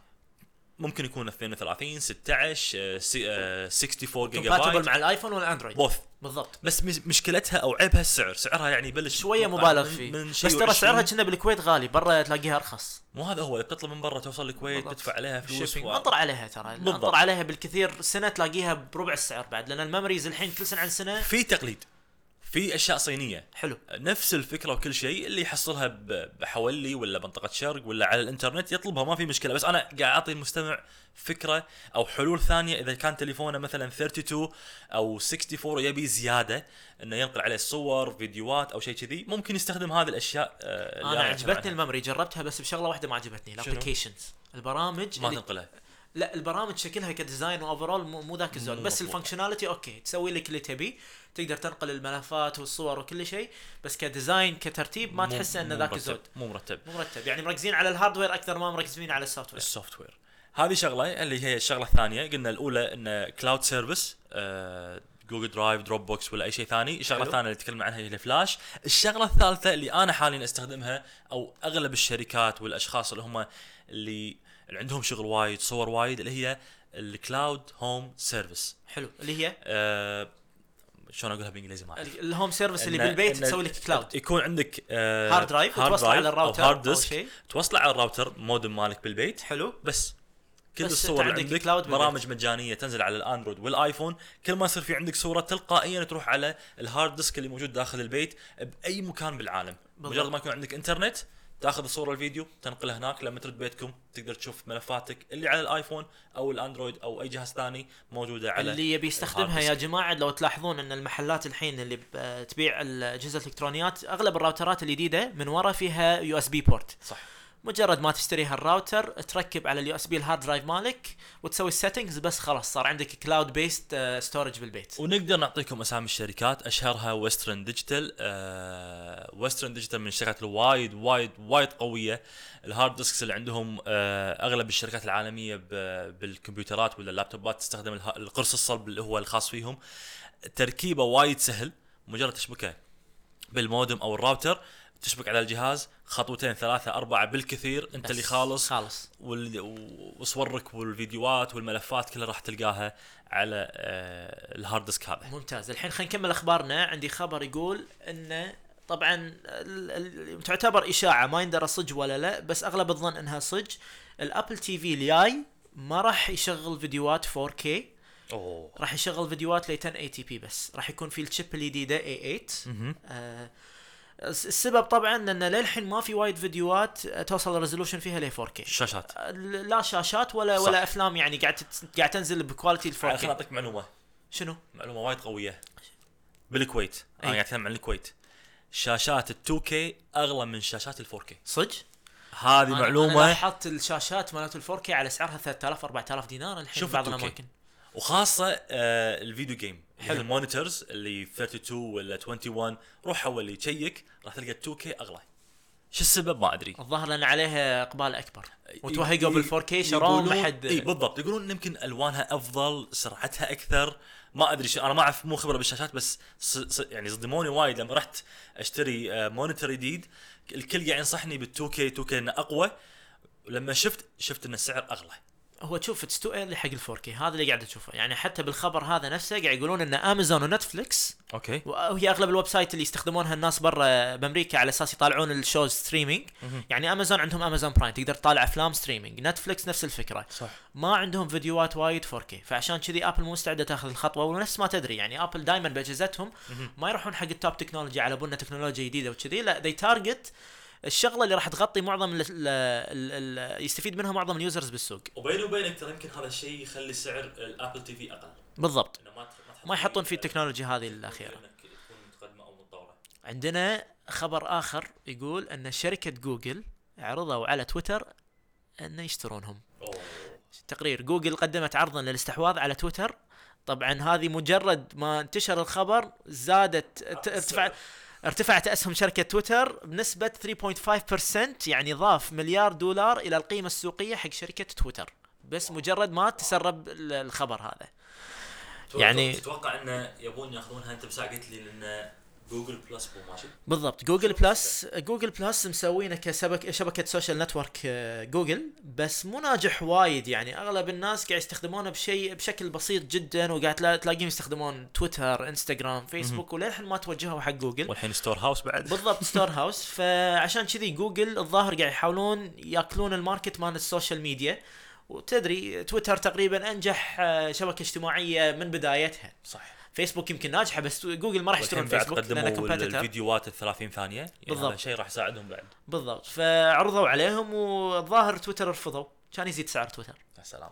ممكن يكون اثنين وثلاثين، ستة عشر، آه، سي- آه، أربعة وستين جيجا كومباتبل بايت. مع الايفون والاندرويد. بوث بالضبط. بس مش- مشكلتها او عيبها السعر، سعرها يعني يبلش شويه أتوقع مبالغ من- فيه، من بس شيء ترى وعشرين. سعرها كنا بالكويت غالي، برا تلاقيها ارخص. مو هذا هو، تطلب من برا توصل الكويت بالضبط. تدفع عليها فلوس الشيبينج و... انطر عليها، ترى بالضبط. انطر عليها بالكثير سنه تلاقيها بربع السعر بعد، لان الميموريز الحين كل سنه عن سنه. في تقليد، في اشياء صينيه حلو. نفس الفكره وكل شيء، اللي يحصلها ب- بحولي ولا منطقه شرق ولا على الانترنت يطلبها، ما في مشكله. بس انا قاعد اعطي المستمع فكره او حلول ثانيه، اذا كان تليفونه مثلا اثنين وثلاثين او أربعة وستين يبي زياده انه ينقل عليه صور فيديوهات او شيء كذي، ممكن يستخدم هذه الاشياء. آه، اللي انا أنا عجبتني عنها. الميموري، جربتها بس بشغله واحده ما عجبتني، الابلكيشنز، البرامج ما اللي... تنقلها. لا البرامج شكلها كديزاين واوفرول مو, مو ذاك الزود، مو بس مضبوط. الفانكشناليتي اوكي تسوي لك اللي تبي، تقدر تنقل الملفات والصور وكل شيء، بس كديزاين كترتيب ما مو- تحس انه مو ذاك مرتب. الزود. مو مرتب. مو مرتب، يعني مركزين على الهاردوير اكثر ما مركزين على السوفت وير. السوفت وير هذه شغله، اللي هي الشغله الثانيه. قلنا الاولى ان كلاود سيرفيس، جوجل درايف، دروب بوكس ولا اي شيء ثاني. الشغله حلو. الثانيه اللي تكلمنا عنها هي الفلاش. الشغله الثالثه اللي انا حاليا استخدمها، او اغلب الشركات والاشخاص اللي هم اللي, اللي عندهم شغل وايد، صور وايد، اللي هي الكلاود هوم سيرفيس. حلو، اللي هي أه شلون اقولها بالانجليزي؟ ما أعرف. الهوم سيرفيس اللي إن- بالبيت إن تسوي لك كلاود، يكون عندك أه هارد درايف وتوصله على الراوتر هارد او ديسك، شيء. توصله على الراوتر مودم مالك بالبيت. حلو. بس كل بس الصور أنت اللي عندك عندك كلاود بالبيت. برامج مجانيه تنزل على الاندرويد والايفون. كل ما يصير في عندك صوره تلقائيا تروح على الهارد ديسك اللي موجود داخل البيت باي مكان بالعالم. بالضبط. مجرد ما يكون عندك انترنت تاخذ الصوره الفيديو تنقلها هناك، لما ترد بيتكم تقدر تشوف ملفاتك اللي على الايفون او الاندرويد او اي جهاز ثاني موجوده على اللي يبي يستخدمها الهارد يا ديسك. جماعه، لو تلاحظون ان المحلات الحين اللي ب- تبيع الاجهزه الالكترونيات اغلب الراوترات الجديده من ورا فيها يو اس بي بورت. صح. مجرد ما تشتري هالراوتر تركب على اليو اس بي الهارد درايف مالك وتسوي السيتنجز، بس خلاص صار عندك كلاود بيست ستورج بالبيت. ونقدر نعطيكم اسامي الشركات، اشهرها ويسترن ديجيتال. ويسترن ديجيتال من الشركات الوايد وايد وايد قويه. الهارد ديسكس اللي عندهم آه اغلب الشركات العالميه ب- بالكمبيوترات ولا اللابتوبات تستخدم اله- القرص الصلب اللي هو الخاص فيهم. تركيبه وايد سهل، مجرد تشبكه بالمودم او الراوتر، تشبك على الجهاز، خطوتين ثلاثة أربعة بالكثير، أنت بس اللي خالص. خالص. وال- وصورك والفيديوهات والملفات كلها راح تلقاها على آه الهارد ديسك هذا. ممتاز. الحين خلينا نكمل اخبارنا. عندي خبر يقول انه طبعا ال- ال- تعتبر اشاعه ما يندرى صج ولا لا، بس اغلب الظن انها صج. الابل تي في الجاي ما راح يشغل فيديوهات فور كي، أوه. راح يشغل فيديوهات ل عشرة اي تي بي بس. راح يكون في الشيب الجديده اي ثمانية. مهم. آه الس- السبب طبعا ان للحين ما في وايد فيديوهات توصل الريزولوشن فيها ل فور كي. الشاشات. لا شاشات ولا صح. ولا افلام يعني قاعد تت- قاعد تنزل بكواليتي ال فور خليني كي. أعطيك معلومة شنو؟ معلومة وايد قوية. بالكويت أنا أي. قاعد أتكلم عن الكويت، شاشات ال تو كي أغلى من شاشات ال فور كي. صدق؟ هذه أنا- معلومة. انا لاحظت الشاشات مالت ال فور كي على سعرها ثلاثة آلاف أربعة آلاف دينار الحين شوف في بعض ال تو كي. الاماكن. وخاصة آه الفيديو جيم، حلو. حلو. المونيتورز اللي ثلاثة وثلاثين ولا واحد وعشرين، روح اول اللي تشيك راح تلقى ال تو كي اغلى. شو السبب؟ ما ادري. الظاهر لان عليها اقبال اكبر وتوهقوا ي- بال فور كي شرون ما يقولون- حد. اي بالضبط، يقولون يمكن الوانها افضل، سرعتها اكثر، ما ادري شو. انا ما اعرف، مو خبره بالشاشات، بس ص... ص... يعني صدموني وايد لما رحت اشتري آه مونيتور جديد. الكل قاعد ينصحني بال تو كي، تو كي انه اقوى، ولما شفت شفت ان السعر اغلى. هو تشوف اتس تو ايرلي حق ال فور كي، هذا اللي قاعد اشوفه. يعني حتى بالخبر هذا نفسه قاعد يقولون ان امازون ونتفليكس، اوكي. وهي اغلب الويب سايت اللي يستخدمونها الناس برا بامريكا على اساس يطالعون الشوز ستريمينج. يعني امازون عندهم امازون برايم تقدر تطالع افلام ستريمينج، نتفليكس نفس الفكره. صح. ما عندهم فيديوهات وايد فور كي، فعشان كذي ابل مو مستعده تاخذ الخطوه. ونفس ما تدري يعني ابل دائما باجهزتهم ما يروحون حق التوب تكنولوجي على بنا تكنولوجيا جديده وكذي، لا دي تارجت الشغله اللي راح تغطي معظم ال ال ال يستفيد منها معظم اليوزرز بالسوق. وبيني وبينك ترى يمكن هذا الشيء يخلي سعر الابل تي في اقل. بالضبط، إنه ما تح- ما يحطون فيه التكنولوجيا هذه الاخيره. انك تكون متقدمه او متطوره. عندنا خبر اخر يقول ان شركه جوجل عرضوا على تويتر ان يشترونهم. أوه. تقرير جوجل قدمت عرضا للاستحواذ على تويتر. طبعا هذه مجرد ما انتشر الخبر زادت ت- ارتفع ارتفعت اسهم شركه تويتر بنسبه ثلاثة فاصلة خمسة بالمئة، يعني ضاف مليار دولار الى القيمه السوقيه حق شركه تويتر بس مجرد ما تسرب ال- الخبر هذا. يعني- تتوقع انه يبون ياخذونها؟ انت بس قلت لي لان جوجل بلس مو ماشي. بالضبط. جوجل بلس جوجل بلس مسوينه كشبكه شبكه سوشيال نتورك جوجل، بس مو ناجح وايد. يعني اغلب الناس قاعد يستخدمونه بشيء بشكل بسيط جدا، وقاعد تلا- تلاقيهم يستخدمون تويتر، انستغرام، فيسبوك، وللحين ما توجهوا حق جوجل. والحين ستور هاوس بعد. بالضبط ستور هاوس. فعشان كذي جوجل الظاهر قاعد يحاولون ياكلون الماركت مال السوشيال ميديا. وتدري تويتر تقريبا انجح آه، شبكه اجتماعيه من بدايتها. صح. فيسبوك يمكن ناجحه، بس جوجل ما راح يشترون والحين بعد فيسبوك لانه قدموا كومبيتيتور. الفيديوهات ال ثلاثين ثانيه، يعني بالضبط. هذا شيء راح يساعدهم بعد. بالضبط. فعرضوا عليهم والظاهر تويتر رفضوا، كان يزيد سعر تويتر. يا سلام.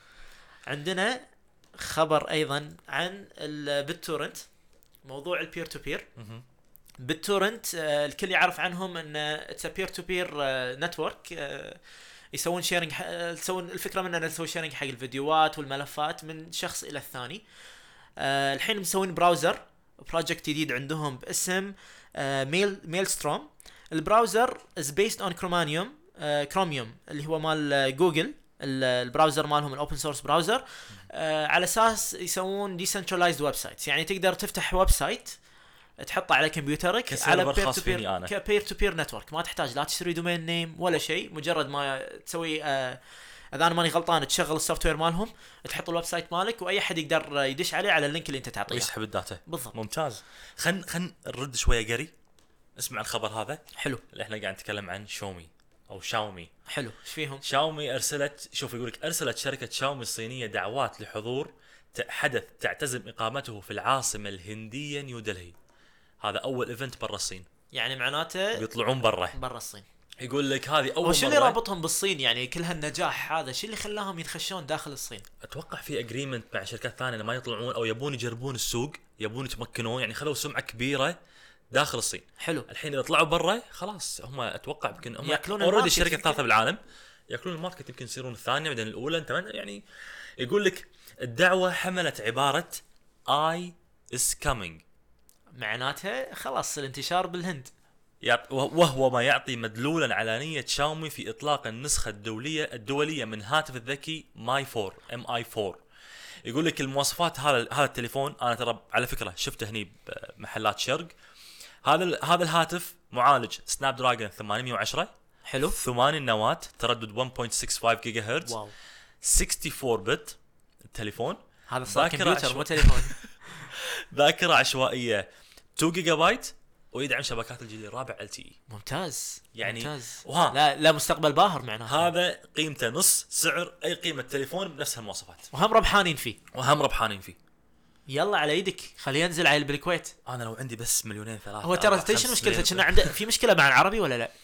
عندنا خبر ايضا عن البيتورنت، موضوع البير تو بير. مهم. بالتورنت آه، الكل يعرف عنهم ان اتس بير تو بير نتورك، يسوون شيرنج، يسوون الفكره من ان يسوون شيرنج حق الفيديوهات والملفات من شخص الى الثاني. آه، الحين مسوين براوزر بروجكت جديد عندهم باسم آه، ميل ميلستروم. البراوزر از بيست اون كرومانيوم كروميوم اللي هو مال جوجل، البراوزر مالهم الاوبن سورس براوزر، على اساس يسوون ديسنترلايزد ويب سايتس. يعني تقدر تفتح ويب سايت تحطه على كمبيوترك على بير تو بير كبير تو بير نتورك، ما تحتاج لا تشتري دومين نيم ولا شيء، مجرد ما تسوي آه اذا انا ماني غلطان تشغل السوفت وير مالهم، تحط الويب سايت مالك، واي حد يقدر يدش عليه على اللينك اللي انت تعطيه ويسحب الداتا. بالضبط. ممتاز. خل خل نرد شويه قري. اسمع الخبر هذا. حلو. اللي احنا قاعد نتكلم عن شاومي او شاومي. حلو. ايش فيهم؟ شاومي ارسلت، شوف يقولك ارسلت شركه شاومي الصينيه دعوات لحضور حدث تعتزم اقامته في العاصمه الهنديه نيودلهي. هذا اول ايفنت برا الصين، يعني معناته بيطلعون برا برا الصين. يقول لك هذه اول وشو اللي مرة. رابطهم بالصين يعني كل هالنجاح هذا؟ شو اللي خلاهم يتخشون داخل الصين؟ اتوقع في اجريمنت مع شركات ثانيه لما يطلعون او يبون يجربون السوق، يبون يتمكنون، يعني خذوا سمعه كبيره داخل الصين. حلو. الحين اذا طلعوا برا خلاص هم اتوقع يمكن هم ياكلون اوريدي الماركت الشركه يمكن. الثالثه بالعالم، ياكلون الماركت، يمكن يصيرون الثانيه بعدين الاولى. انت من- يعني يقول لك الدعوه حملت عباره اي از كامينج، معناتها خلاص الانتشار بالهند. وهو ما يعطي مدلولا على نية شاومي في إطلاق النسخة الدولية الدولية من هاتف الذكي ماي فور ام اي فور. يقول لك المواصفات هذا هذا التليفون، انا ترى على فكرة شفته هني بمحلات شرق. هذا ال- هذا الهاتف معالج سناب دراجون ثمانمية وعشرة، حلو. ثماني نواة، تردد واحد فاصلة ستة خمسة جيجا هرتز، واو. أربعة وستين بت التليفون. هذا صار ذاكرة كمبيوتر عشو- مو تليفون. ذاكرة عشوائية اثنين جيجا بايت، ويدعم شبكات الجيل الرابع ال تي اي. ممتاز. يعني ممتاز. وها لا لا مستقبل باهر معناته. هذا قيمته نص سعر اي قيمه تليفون بنفس المواصفات، وهم ربحانين فيه. وهم ربحانين فيه. يلا على يدك، خليه ينزل عيل بالكويت. انا لو عندي بس مليونين ثلاثه. هو ترى تدري شنو مشكلته؟ كنا عنده في مشكله مع العربي ولا لا؟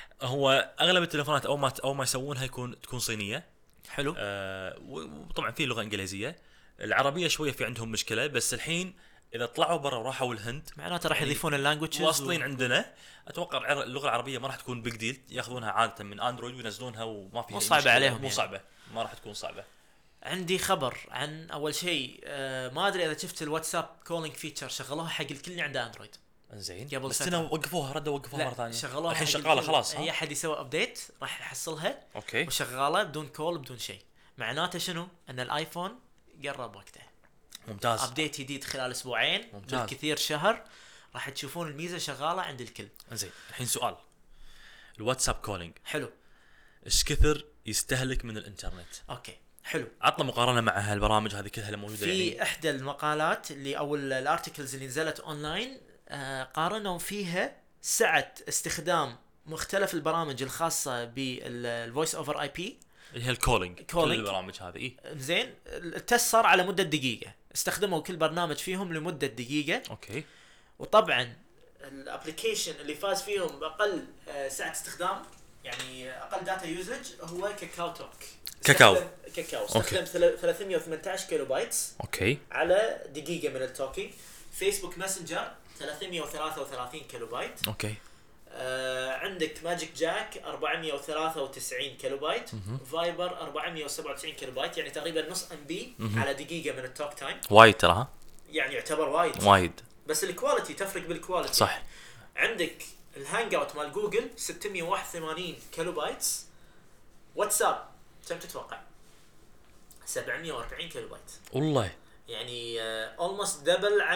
هو اغلب التليفونات اول ما اول ما يسوونها يكون تكون صينيه. حلو. آه وطبعا في لغه انجليزيه، العربيه شويه في عندهم مشكله، بس الحين اذا طلعوا برا وراحوا الهند معناته راح يعني يضيفون اللانجوجز واصلين و... عندنا. اتوقع العر- اللغه العربيه ما راح تكون بيج ديل، ياخذونها عاده من اندرويد وينزلونها وما فيها مو أي صعبة مشكلة. عليهم مو يعني. صعبه، ما راح تكون صعبه. عندي خبر عن اول شيء آه ما ادري اذا شفت الواتساب كولينج فيتشر، شغلوها حق الكل اللي عنده اندرويد. زين قبل بس فترة. هنا وقفوها، ردوا وقفوها مره ثانيه. شغلوها الحين حق شغاله الكل. خلاص. اي ها احد يسوي ابديت راح يحصلها اوكي. وشغاله بدون كول بدون شيء. معناته شنو؟ ان الايفون قرب وقته. ممتاز. ابديت جديد خلال اسبوعين، ممتاز. بالكثير شهر، راح تشوفون الميزه شغاله عند الكل. زين الحين سؤال، الواتساب كولينج حلو. ايش كثر يستهلك من الانترنت؟ اوكي حلو. عطنا مقارنه مع هالبرامج هذه كلها اللي موجوده. في يعني احدى المقالات اللي او ال- الارتكلز اللي نزلت اونلاين آه قارنوا فيها سعه استخدام مختلف البرامج الخاصه بالفويس اوفر اي بي. اللي هي الكولينج، كل كولينج. البرامج هذه. اي زين التست صار على مده دقيقه، استخدموا كل برنامج فيهم لمده دقيقه. اوكي. وطبعا الابلكيشن اللي فاز فيهم باقل آه، سعه استخدام، يعني اقل داتا يوزج، هو كاكاو توك. كاكاو. استخدم- كاكاو استخدم ثل- ثلاثمية وثمانية عشر كيلو بايتس اوكي. على دقيقه من التوكينج. فيسبوك ماسنجر ثلاثمية وثلاثة وثلاثين كيلو بايت. اوكي. آه عندك ماجيك جاك أربعمية وثلاثة وتسعين كيلو بايت. فايبر أربعمية وسبعة وتسعين كيلو بايت، يعني تقريبا نص ام بي على دقيقه من التوك تايم. وايد ترى. ها يعني يعتبر وايد، وايد بس الكواليتي تفرق بالكواليتي. صح. عندك الهانج اوت مال جوجل ستمية وواحد وثمانين كيلو بايتس. واتساب كم تتوقع؟ سبعمية وأربعين كيلو بايت. والله يعني اولموست دبل عن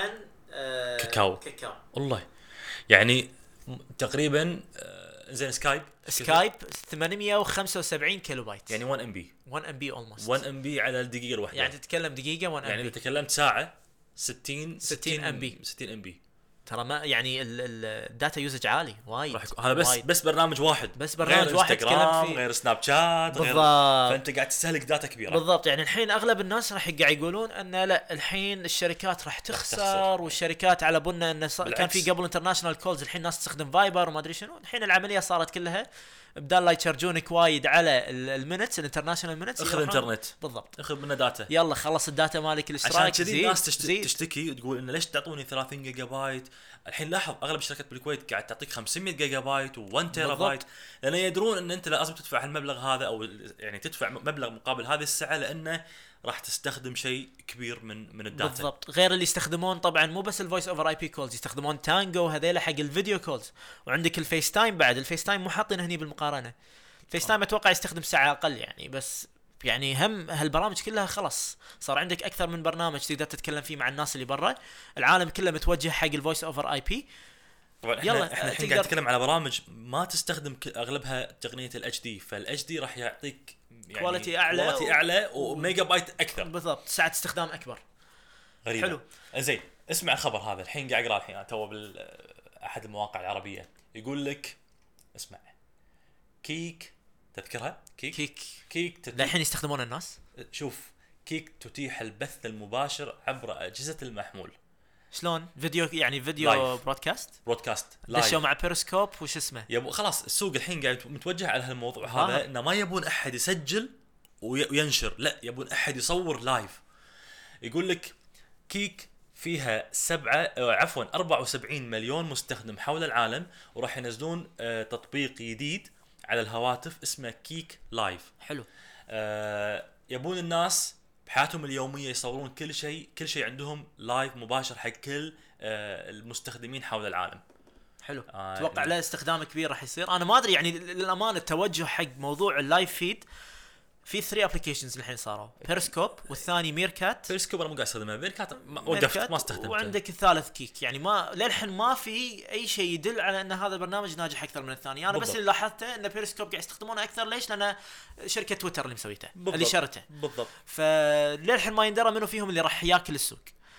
آه كاكاو. كاكاو والله يعني م- تقريبا آه، زين سكايب سكايب ثمانمية وخمسة وسبعين كيلو بايت، يعني واحد ام بي واحد ام بي اولموست، واحد ام بي على الدقيقه الواحده. يعني تتكلم دقيقه واحد يعني ام اذا بي، تكلمت ساعه ستين ستين إم بي. ستين ام بي ترى ما يعني ال- ال- الداتا يوزج عالي وايد. راح يكون هذا بس وايد. بس برنامج واحد، بس برنامج غير واحد تتكلم انستغرام فيه. غير سناب شات غير، بالضبط. فانت قاعد تستهلك داتا كبيره. بالضبط. يعني الحين اغلب الناس راح قاعد يقولون ان لا الحين الشركات راح تخسر, تخسر. والشركات على بنا ان ص- كان بالعكس. في قبل انترناشونال كولز، الحين الناس تستخدم فايبر وما ادري شنو. الحين العمليه صارت كلها بدال لا يشارجونك وايد على المينتس الانترناشونال مينتس، اخذ انترنت، بالضبط، اخذ منه داتا. يلا خلص الداتا مالك الاشتراك. عشان كذي زيد- الناس تشت... زيد. تشتكي وتقول انه ليش تعطوني ثلاثين جيجا بايت. الحين لاحظ اغلب الشركات بالكويت قاعد تعطيك خمسمية جيجا بايت و1 تيرا بايت، لان يدرون ان انت لازم تدفع المبلغ هذا، او يعني تدفع مبلغ مقابل هذه السعه، لانه راح تستخدم شيء كبير من من الداتا. بالضبط. غير اللي يستخدمون طبعا مو بس الفويس اوفر اي بي كولز، يستخدمون تانجو هذيلا حق الفيديو كولز، وعندك الفيس تايم بعد. الفيس تايم مو حاطين هني بالمقارنه، الفيس تايم اتوقع يستخدم ساعه اقل يعني، بس يعني هم هالبرامج كلها خلاص صار عندك اكثر من برنامج تقدر تتكلم فيه مع الناس اللي برا العالم كله، متوجه حق الفويس اوفر اي بي. طبعا احنا يلا، احنا الحين تقدر- قاعد نتكلم على برامج ما تستخدم ك- اغلبها تقنيه الاتش دي، فالاتش دي راح يعطيك يعني Quality أعلى كواليتي و- اعلى وميجا بايت اكثر. بالضبط، ساعه استخدام اكبر. غريبة. حلو. زين اسمع الخبر هذا الحين قاعد اقرا الحين تو بال احد المواقع العربيه، يقول لك اسمع كيك، تذكرها كيك كيك كيك تتيح للحين يستخدمون الناس. شوف كيك تتيح البث المباشر عبر اجهزه المحمول، شلون فيديو يعني فيديو لايف. برودكاست برودكاست دشوا لايف. مع بيرسكوب وش اسمه. يبو خلاص السوق الحين قاعد متوجه على هالموضوع آه. هذا، انه ما يبون احد يسجل وي- وينشر، لا يبون احد يصور لايف. يقول لك كيك فيها سبعة آه، عفوا أربعة وسبعين مليون مستخدم حول العالم، وراح ينزلون آه، تطبيق جديد على الهواتف اسمه كيك لايف. حلو. آه، يبون الناس بحياتهم اليومية يصورون كل شيء، كل شيء عندهم لايف مباشر حق كل آه، المستخدمين حول العالم. حلو. آه، اتوقع يعني- له استخدام كبير راح يصير. انا ما ادري يعني للامانه التوجه حق موضوع اللايف فيد في ثري ابلكيشنز الحين صاروا، بيرسكوب والثاني ميركات. بيرسكوب انا مو قاعد استخدمه، ميركات ما- ميركات، وقفت ما استخدمته. وعندك الثالث كيك. يعني ما للحين ما في اي شيء يدل على ان هذا البرنامج ناجح اكثر من الثاني. انا بالضبط. بس اللي لاحظته ان بيرسكوب قاعد يستخدمونه اكثر. ليش؟ لان شركه تويتر اللي مسويته بالضبط. اللي شرته، بالضبط. فللحين ما يندرى منو فيهم اللي راح ياكل السوق.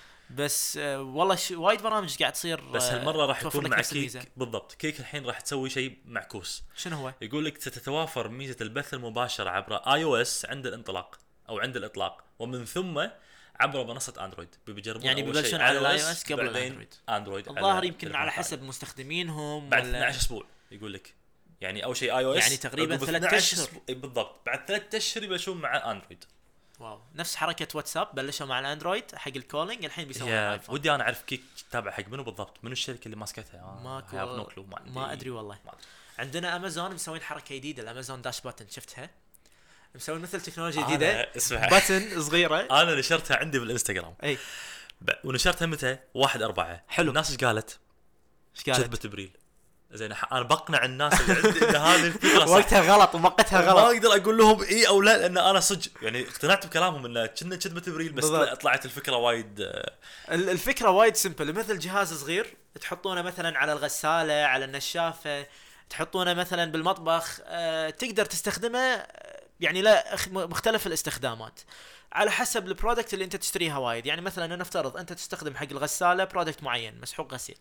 بس آه والله ش... وايد برامج قاعد تصير. بس آه، هالمره راح توفر يكون لك مع نفس الميزة. كيك. بالضبط كيك الحين راح تسوي شيء معكوس. شنو هو؟ يقول لك ستتوافر ميزه البث المباشر عبر اي او اس عند الانطلاق او عند الاطلاق، ومن ثم عبر منصه اندرويد. بيجربون يعني أول ببلشون شيء على iOS الاي او اس قبل بعدين الاندرويد. اندرويد الظاهر يمكن تليفون على ثاني. حسب مستخدمينهم بعد ولا- اثنا عشر اسبوع يقول لك، يعني اول شيء اي او اس يعني تقريباً ثلاثة أشهر. بالضبط بعد ثلاث اشهر يبلشون مع اندرويد. واو، نفس حركه واتساب بلشوا مع الاندرويد حق الكولينج، الحين بيسوون يا الايفون. ودي انا اعرف كيك تابع حق منو بالضبط، منو الشركه اللي ماسكتها؟ آه ماكو- I have no clue. ما, عندي- ما ادري والله. ما أدري. عندنا امازون مسوين حركه جديده، الامازون داش باتن، شفتها؟ مسوين مثل تكنولوجيا أنا- جديده، اسمع باتن صغيره. انا نشرتها عندي بالانستغرام اي ب- ونشرتها متى؟ واحد أربعة. حلو. الناس ايش قالت؟ ايش قالت؟ كذبة ابريل. زين ح- انا بقنع الناس اللي عندي ان هذه الفكره صح. وقتها غلط ومقتها ما غلط. اقدر اقول لهم اي او لا، لان انا صدق يعني اقتنعت بكلامهم انه كنا كذبة ابريل، بس بالضبط. طلع- طلعت الفكره وايد آه، ال- الفكره وايد سمبل، مثل جهاز صغير تحطونه مثلا على الغساله، على النشافه، تحطونه مثلا بالمطبخ، أه تقدر تستخدمه. آه، يعني لا أخ- مختلف الاستخدامات على حسب البرودكت اللي انت تشتريها وايد. يعني مثلا نفترض انت تستخدم حق الغساله برودكت معين مسحوق غسيل،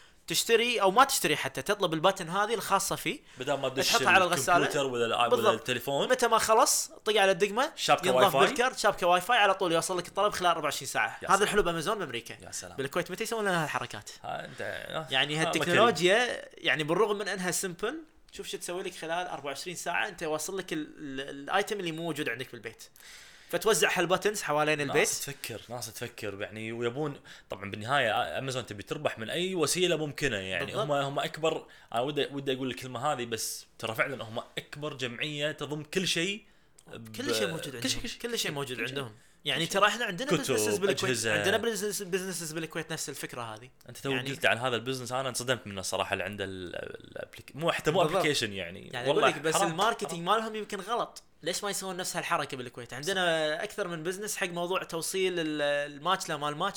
تشتري او ما تشتري حتى تطلب البتن هذه الخاصه فيه، بدل ما تدش تحطها على الغسالة. الكمبيوتر ولا الآي- ولا بالضبط. التليفون. متى ما خلص طق على الدقمه، شبكة ينضاف واي فاي. بالكارت، شبكه واي فاي، على طول يوصل لك الطلب خلال أربعة وعشرين ساعه. يا هذا سلام. الحلو بامازون بامريكا. يا سلام. بالكويت متى يسوون لنا هالحركات؟ ها انت آه، يعني آه، مكري. هالتكنولوجيا يعني بالرغم من انها سمبل، شوف شو تسوي لك خلال أربعة وعشرين ساعه، انت واصل لك ال- ال- الايتم اللي مو موجود عندك بالبيت، فتوزع هالبتنز حوالين ناس البيت. تفكر ناس تفكر يعني، ويبون طبعا بالنهايه امازون تبي تربح من اي وسيله ممكنه. يعني بالضبط. هم هم اكبر، انا ودي ودي اقول الكلمه هذه، بس ترى فعلا هم اكبر جمعيه تضم كل شيء ب- كل شيء موجود عندهم، كل شيء كل شيء كل شيء موجود كل شيء. عندهم. يعني ترى احنا عندنا كتب، بزنسز بالكويت، أجهزة. عندنا بزنس بزنسز بالكويت نفس الفكره هذه. انت تو يعني- قلت عن هذا البزنس انا انصدمت منه الصراحه، اللي عنده ال- الابليك مو حتى مو بالضبط. ابلكيشن يعني, يعني اقول لك بس حرام. الماركتينج مالهم يمكن غلط. ليش ما يسوون نفس هالحركه بالكويت؟ عندنا اكثر من بزنس حق موضوع توصيل ال- الماكله مال ماكله.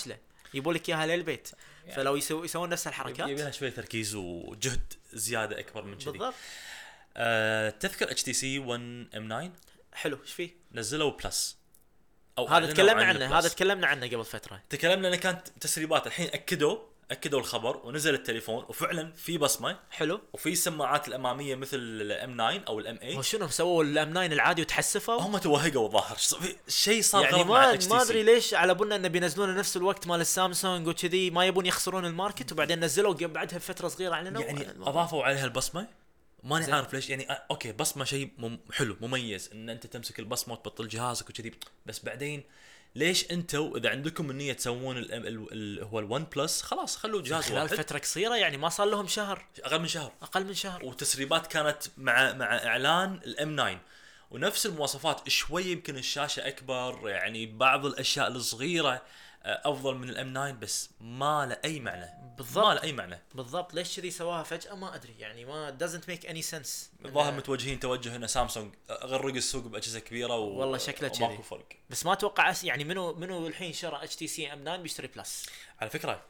يبوا لك اياها للبيت يعني. فلو يسوي يسوون نفس الحركات يبي لها شويه تركيز وجهد زياده اكبر من كذي. بالضبط. أه تذكر اتش تي سي ون ام ناين؟ حلو. ايش فيه؟ نزلوا بلس، او هذا تكلمنا عنه، هذا تكلمنا عنه قبل فتره، تكلمنا انه كانت تسريبات. الحين اكدوا اكدوا الخبر ونزل التليفون وفعلا في بصمه. حلو. وفي السماعات الاماميه مثل الام ناين او الام ثمانية. هو شنو سووا الام ناين العادي وتحسفوا؟ هم توهقوا الظاهر شيء صار يعني ما ما ادري ليش على بالنا انه بينزلونه نفس الوقت مال السامسونج وكذي، ما يبون يخسرون الماركت، وبعدين نزلوا بعدها بفتره صغيره علينا يعني اضافوا عليها البصمه. ماني عارف ليش يعني. اوكي بصمه شيء مم حلو مميز ان انت تمسك البصمه وتبطل جهازك وكذي، بس بعدين ليش انتوا اذا عندكم النيه تسوون ال ال ال هو الون بلس خلاص خلوا جهاز خلال واحد فتره قصيره، يعني ما صار لهم شهر، اقل من شهر اقل من شهر وتسريبات كانت مع مع اعلان الام ناين ونفس المواصفات شوي، يمكن الشاشه اكبر، يعني بعض الاشياء الصغيره افضل من الام ناين، بس ما له اي معنى. بالضبط ما له اي معنى بالضبط. ليش كذي سواها فجاه ما ادري، يعني ما doesn't make any sense. الظاهر متوجهين توجه هنا سامسونج غرق السوق باجهزه كبيره و... والله شكله كذي ماكو فرق. بس ما اتوقع أس... يعني منو منو الحين شرى اتش تي سي ام ناين بيشتري بلس. على فكره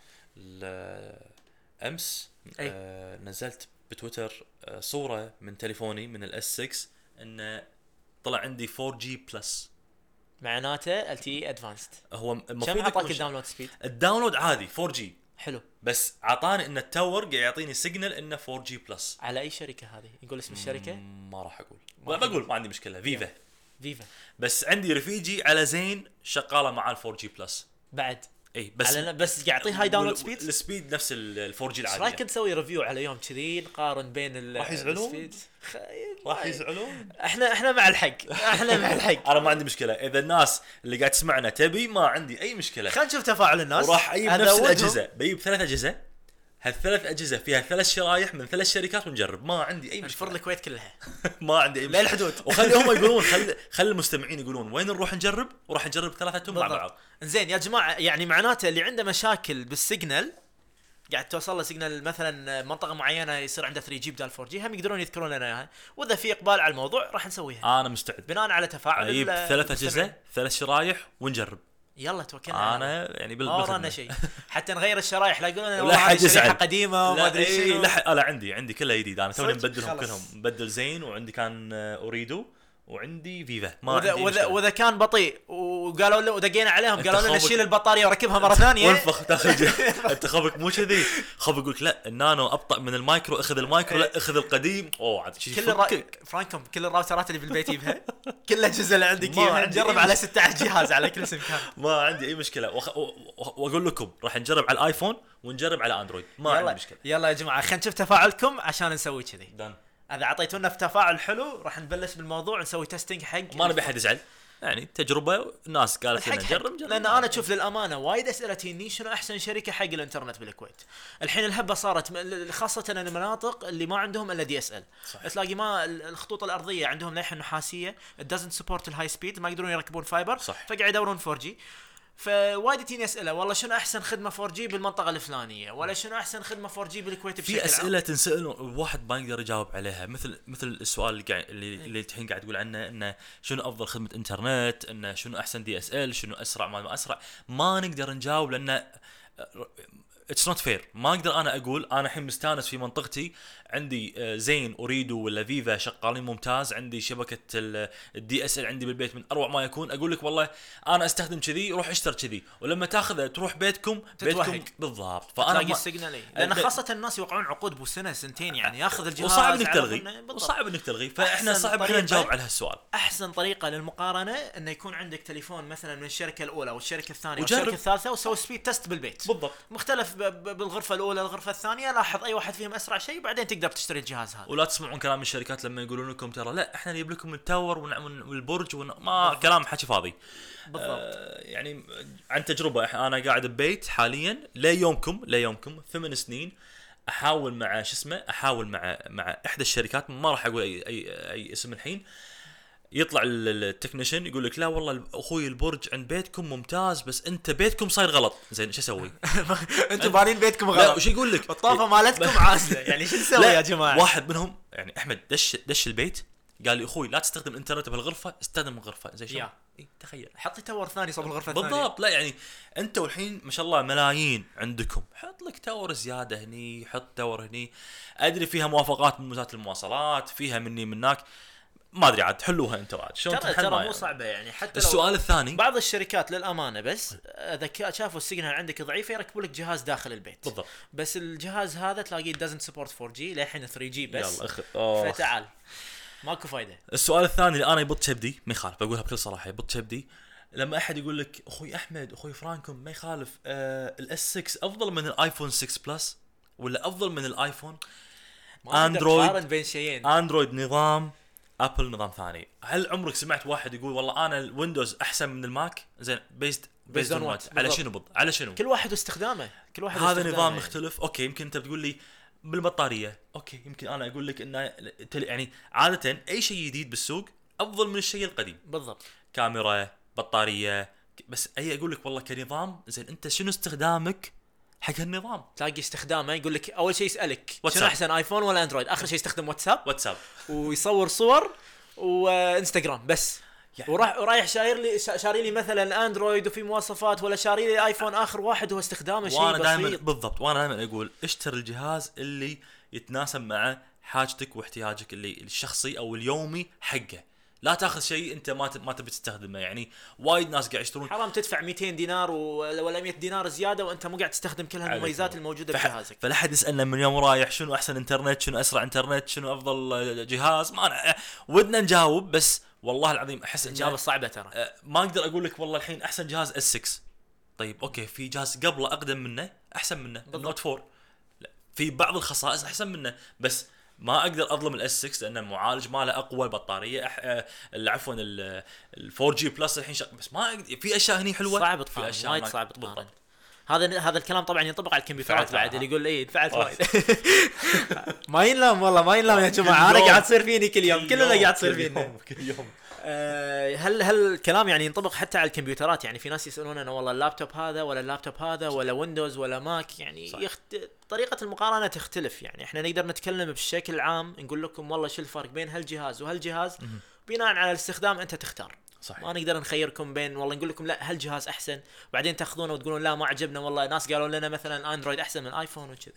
امس آه نزلت بتويتر آه صوره من تليفوني من الاس ستة انه طلع عندي فور جي بلس، معناته ال تي اي ادفانسد. هو المفروض كم اعطاك الداونلود سبيد؟ الداونلود عادي فور جي حلو، بس عطاني ان التاور قاعد يعطيني سيجنال انه فور جي بلس. على اي شركه هذه؟ يقول اسم الشركه؟ ما راح اقول، ما بقول ما عندي مشكله. فيفا فيفا. بس عندي رفيجي على زين شغاله مع الفور جي بلس بعد. اي بس على بس قاعد يعطيه هاي داونلود سبيد. السبيد نفس الفور جي العادي. ايش رايك نسوي ريفيو على يوم كذي نقارن بين راح يزعلون خ... راح يزعلون احنا احنا مع الحق احنا مع الحق. انا ما عندي مشكله اذا الناس اللي قاعد تسمعنا تبي، ما عندي اي مشكله. خلينا نشوف تفاعل الناس. وراح اجيب نفس الاجهزه، بجيب ثلاث اجهزه، هالثلاث اجهزه فيها ثلاث شرايح من ثلاث شركات ونجرب، ما عندي اي مشكله. نفر الكويت كلها ما عندي اي مشكله للحدود. وخلي هم يقولون، خلي خلي المستمعين يقولون وين نروح نجرب، وراح نجرب ثلاثتهم مع بعض. زين يا جماعه، يعني معناته اللي عنده مشاكل بالسيجنال، قاعد توصل له سيجنال مثلا منطقه معينه يصير عنده ثري جي بدال فور جي، هم يقدرون يذكرون لنا اياها، واذا في اقبال على الموضوع راح نسويها. انا مستعد بناء على تفاعل. اجيب ثلاث اجهزه ثلاث شرايح ونجرب. يلا توكلنا. انا يعني ما ورانا شيء حتى نغير الشرايح، لا يقولون والله هذه شريحه قديمه وما ادري إيه شنو. لا لا عندي عندي كلها جديد. انا توني مبدلهم خلص. كلهم، مبدل زين، وعندي كان اوريدو وعندي فيفا. ما وذا عندي وذا واذا كان بطيء وقالوا له ودقينا عليهم قالوا لنا خبك... شيل البطاريه وركبها مره ثانيه وانفخ تاخذ ج... انت خبك مو كذي، خبك يقول لك لا النانو ابطا من المايكرو، اخذ المايكرو، لا اخذ القديم. اوه عاد شيء كل الرا... فرانكم كل الراوترات اللي بالبيت يجيبها كل الاجهزه اللي عندك يجيبها، نجرب على ستة عشر جهاز على كل سمكان. ما عندي اي مشكله وخ... و... واقول لكم راح نجرب على الايفون ونجرب على اندرويد، ما عندي مشكله. يلا يا جماعه خلينا نشوف تفاعلكم عشان نسوي كذي. دان. اذا اعطيتونا في تفاعل حلو راح نبلش بالموضوع ونسوي تيستينج حق. ما نبي حد يزعل، يعني تجربه الناس قالت لنا جرب جرب. لان انا اشوف للامانه وايد اسئله تجيني شنو احسن شركه حق الانترنت بالكويت. الحين الهبه صارت خاصه المناطق اللي ما عندهم الا دي اس ال، تلاقي ما الخطوط الارضيه عندهم لائحه نحاسيه doesn't support الهاي سبيد، ما يقدرون يركبون فايبر، فقاعد يدورون فور جي. فوايد تجيني اسئله والله شنو احسن خدمه فور جي بالمنطقه الفلانيه، ولا شنو احسن خدمه فور جي بالكويت بشكل عام. في اسئله تنسال الواحد ما يقدر يجاوب عليها، مثل مثل السؤال اللي قاعد اللي, اللي الحين قاعد تقول عنه انه شنو افضل خدمه انترنت، انه شنو احسن دي اس ال، شنو اسرع ما اسرع. ما نقدر نجاوب لان اتس نوت فير. ما اقدر انا اقول انا الحين مستانس في منطقتي، عندي زين اريدو ولا فيفا شغالين ممتاز، عندي شبكه الدي اس ال عندي بالبيت من اروع ما يكون، اقول لك والله انا استخدم كذي روح اشتر كذي، ولما تاخذه تروح بيتكم بيتكم بالضبط. فانا تلاقي السيجنال لان خاصه الناس يوقعون عقود بو سنه سنتين، يعني ياخذ الجهاز وصعب انك تلغي وصعب انك تلغي. فاحنا صعب احنا نجاوب على هالسؤال. احسن طريقه للمقارنه انه يكون عندك تليفون مثلا من الشركه الاولى والشركه الثانيه والشركه الثالثه وسوي سبيد تيست بالبيت بالضبط، مختلف بالغرفه الاولى الغرفه الثانيه، لاحظ اي واحد فيهم اسرع شيء وبعدين تقدر تشتري الجهاز هذا. ولا تسمعون كلام الشركات لما يقولون لكم ترى لا احنا نجيب لكم التاور والبرج ون... ما بالضبط. كلام حكي فاضي بالضبط. آه يعني عن تجربه انا قاعد ببيت حاليا ليومكم ليومكم ثمان سنين احاول مع شو اسمه احاول مع مع احدى الشركات، ما راح اقول اي اي, أي اسم الحين، يطلع التكنيشن يقول لك لا والله اخوي البرج عند بيتكم ممتاز بس انت بيتكم صاير غلط. زين شو اسوي؟ انتم بانين بيتكم غلط. لا وش يقول لك الطافه مالتكم عازله، يعني شو نسوي يا جماعه؟ واحد منهم يعني احمد دش دش البيت قال لي اخوي لا تستخدم الانترنت بهالغرفه، استخدم الغرفه. زي شو إيه تخيل حطي تاور ثاني صوب الغرفه الثانيه. بالضبط. لا يعني انتوا الحين ما شاء الله ملايين عندكم، حط لك تاور زياده هني، حط تاور هني. ادري فيها موافقات من وزاره المواصلات، فيها مني منك، ما ادري عاد حلوها انتوا عاد شلون ترى تحل. ترى ما مو يعني. صعبه يعني. حتى السؤال لو الثاني، بعض الشركات للامانه بس اذا كا- شافوا السيجنال عندك ضعيفه يركبوا لك جهاز داخل البيت. بالضبط. بس الجهاز هذا تلاقيه doesn't support فور جي للحين ثري جي بس. يلا اخ أوه. فتعال ماكو فايده. السؤال الثاني اللي انا يبط كبدي، ما يخالف بقولها بكل صراحه، يبط كبدي لما احد يقول لك اخوي احمد اخوي فرانكم ما يخالف آه الاس ستة افضل من الايفون ستة بلس ولا افضل من الايفون؟ ما أندرويد. تقارن بين شيئين. اندرويد نظام، ابل نظام ثاني. هل عمرك سمعت واحد يقول والله انا الويندوز احسن من الماك؟ زين بيست بيست on on what؟ على شنو بالضبط؟ على شنو؟ كل واحد واستخدامه، كل واحد هذا واستخدامه نظام يعني. مختلف. اوكي يمكن انت بتقول لي بالبطاريه، اوكي يمكن انا اقول لك انه تل- يعني عاده اي شيء جديد بالسوق افضل من الشيء القديم. بالضبط. كاميرا، بطاريه، بس اي اقول لك والله كنظام. زين انت شنو استخدامك حق هالنظام؟ تلاقي استخدامه يقول لك اول شيء يسالك واتساب. شنو احسن ايفون ولا اندرويد، اخر شيء يستخدم واتساب واتساب ويصور صور وانستغرام بس يعني. وراح ورايح شاير لي شا- شاري لي مثلا اندرويد وفي مواصفات، ولا شاري لي ايفون اخر واحد هو استخدامه شيء وانا دائما بسيط. بالضبط، وانا دائما اقول اشتري الجهاز اللي يتناسب مع حاجتك واحتياجك اللي الشخصي او اليومي حقه. لا تاخذ شيء انت ما ت- ما تبي تستخدمه. يعني وايد ناس قاعد يشترون حرام تدفع مئتين دينار و- ولا مئة دينار زياده وانت مو قاعد تستخدم كل هالمميزات الموجوده فح- بجهازك. فلا حد يسالنا من يوم رايح شنو احسن انترنت، شنو اسرع انترنت، شنو افضل جهاز. ما أنا ودنا نجاوب، بس والله العظيم احس إن الاجابه صعبه ترى. أه، ما اقدر اقول لك والله الحين احسن جهاز اس ستة. طيب اوكي في جهاز قبله اقدم منه احسن منه النوت فور، لا في بعض الخصائص احسن منه، بس ما اقدر اظلم الاس ستة لان المعالج ماله اقوى، البطاريه أح... أه، عفوا ال فور جي بلس الحين شا... بس ما أقدر... في اشياء هني حلوه، صعب في تقارن، اشياء وايد هناك- صعب تقارن. بالضبط. هذا هذا الكلام طبعا ينطبق على الكمبيوترات فعلت بعد، ها. اللي يقول ايه دفعت آه. وايد. ما ينلام والله ما ينلام يا جماعه، انا يوم. قاعد تصير فيني كل يوم، كل كلنا يوم، قاعد تصير كل فينا. يوم، كل يوم. آه، هل هل الكلام يعني ينطبق حتى على الكمبيوترات؟ يعني في ناس يسالون انا والله اللابتوب هذا ولا اللابتوب هذا ولا ويندوز ولا ماك، يعني صح. يخت... طريقه المقارنه تختلف. يعني احنا نقدر نتكلم بشكل عام نقول لكم والله شو الفرق بين هالجهاز وهالجهاز، بناء على الاستخدام انت تختار. صحيح. ما نقدر نخيركم بين والله نقول لكم لا هالجهاز احسن بعدين تاخذونه وتقولون لا ما عجبنا، والله ناس قالوا لنا مثلا اندرويد احسن من ايفون وكذي.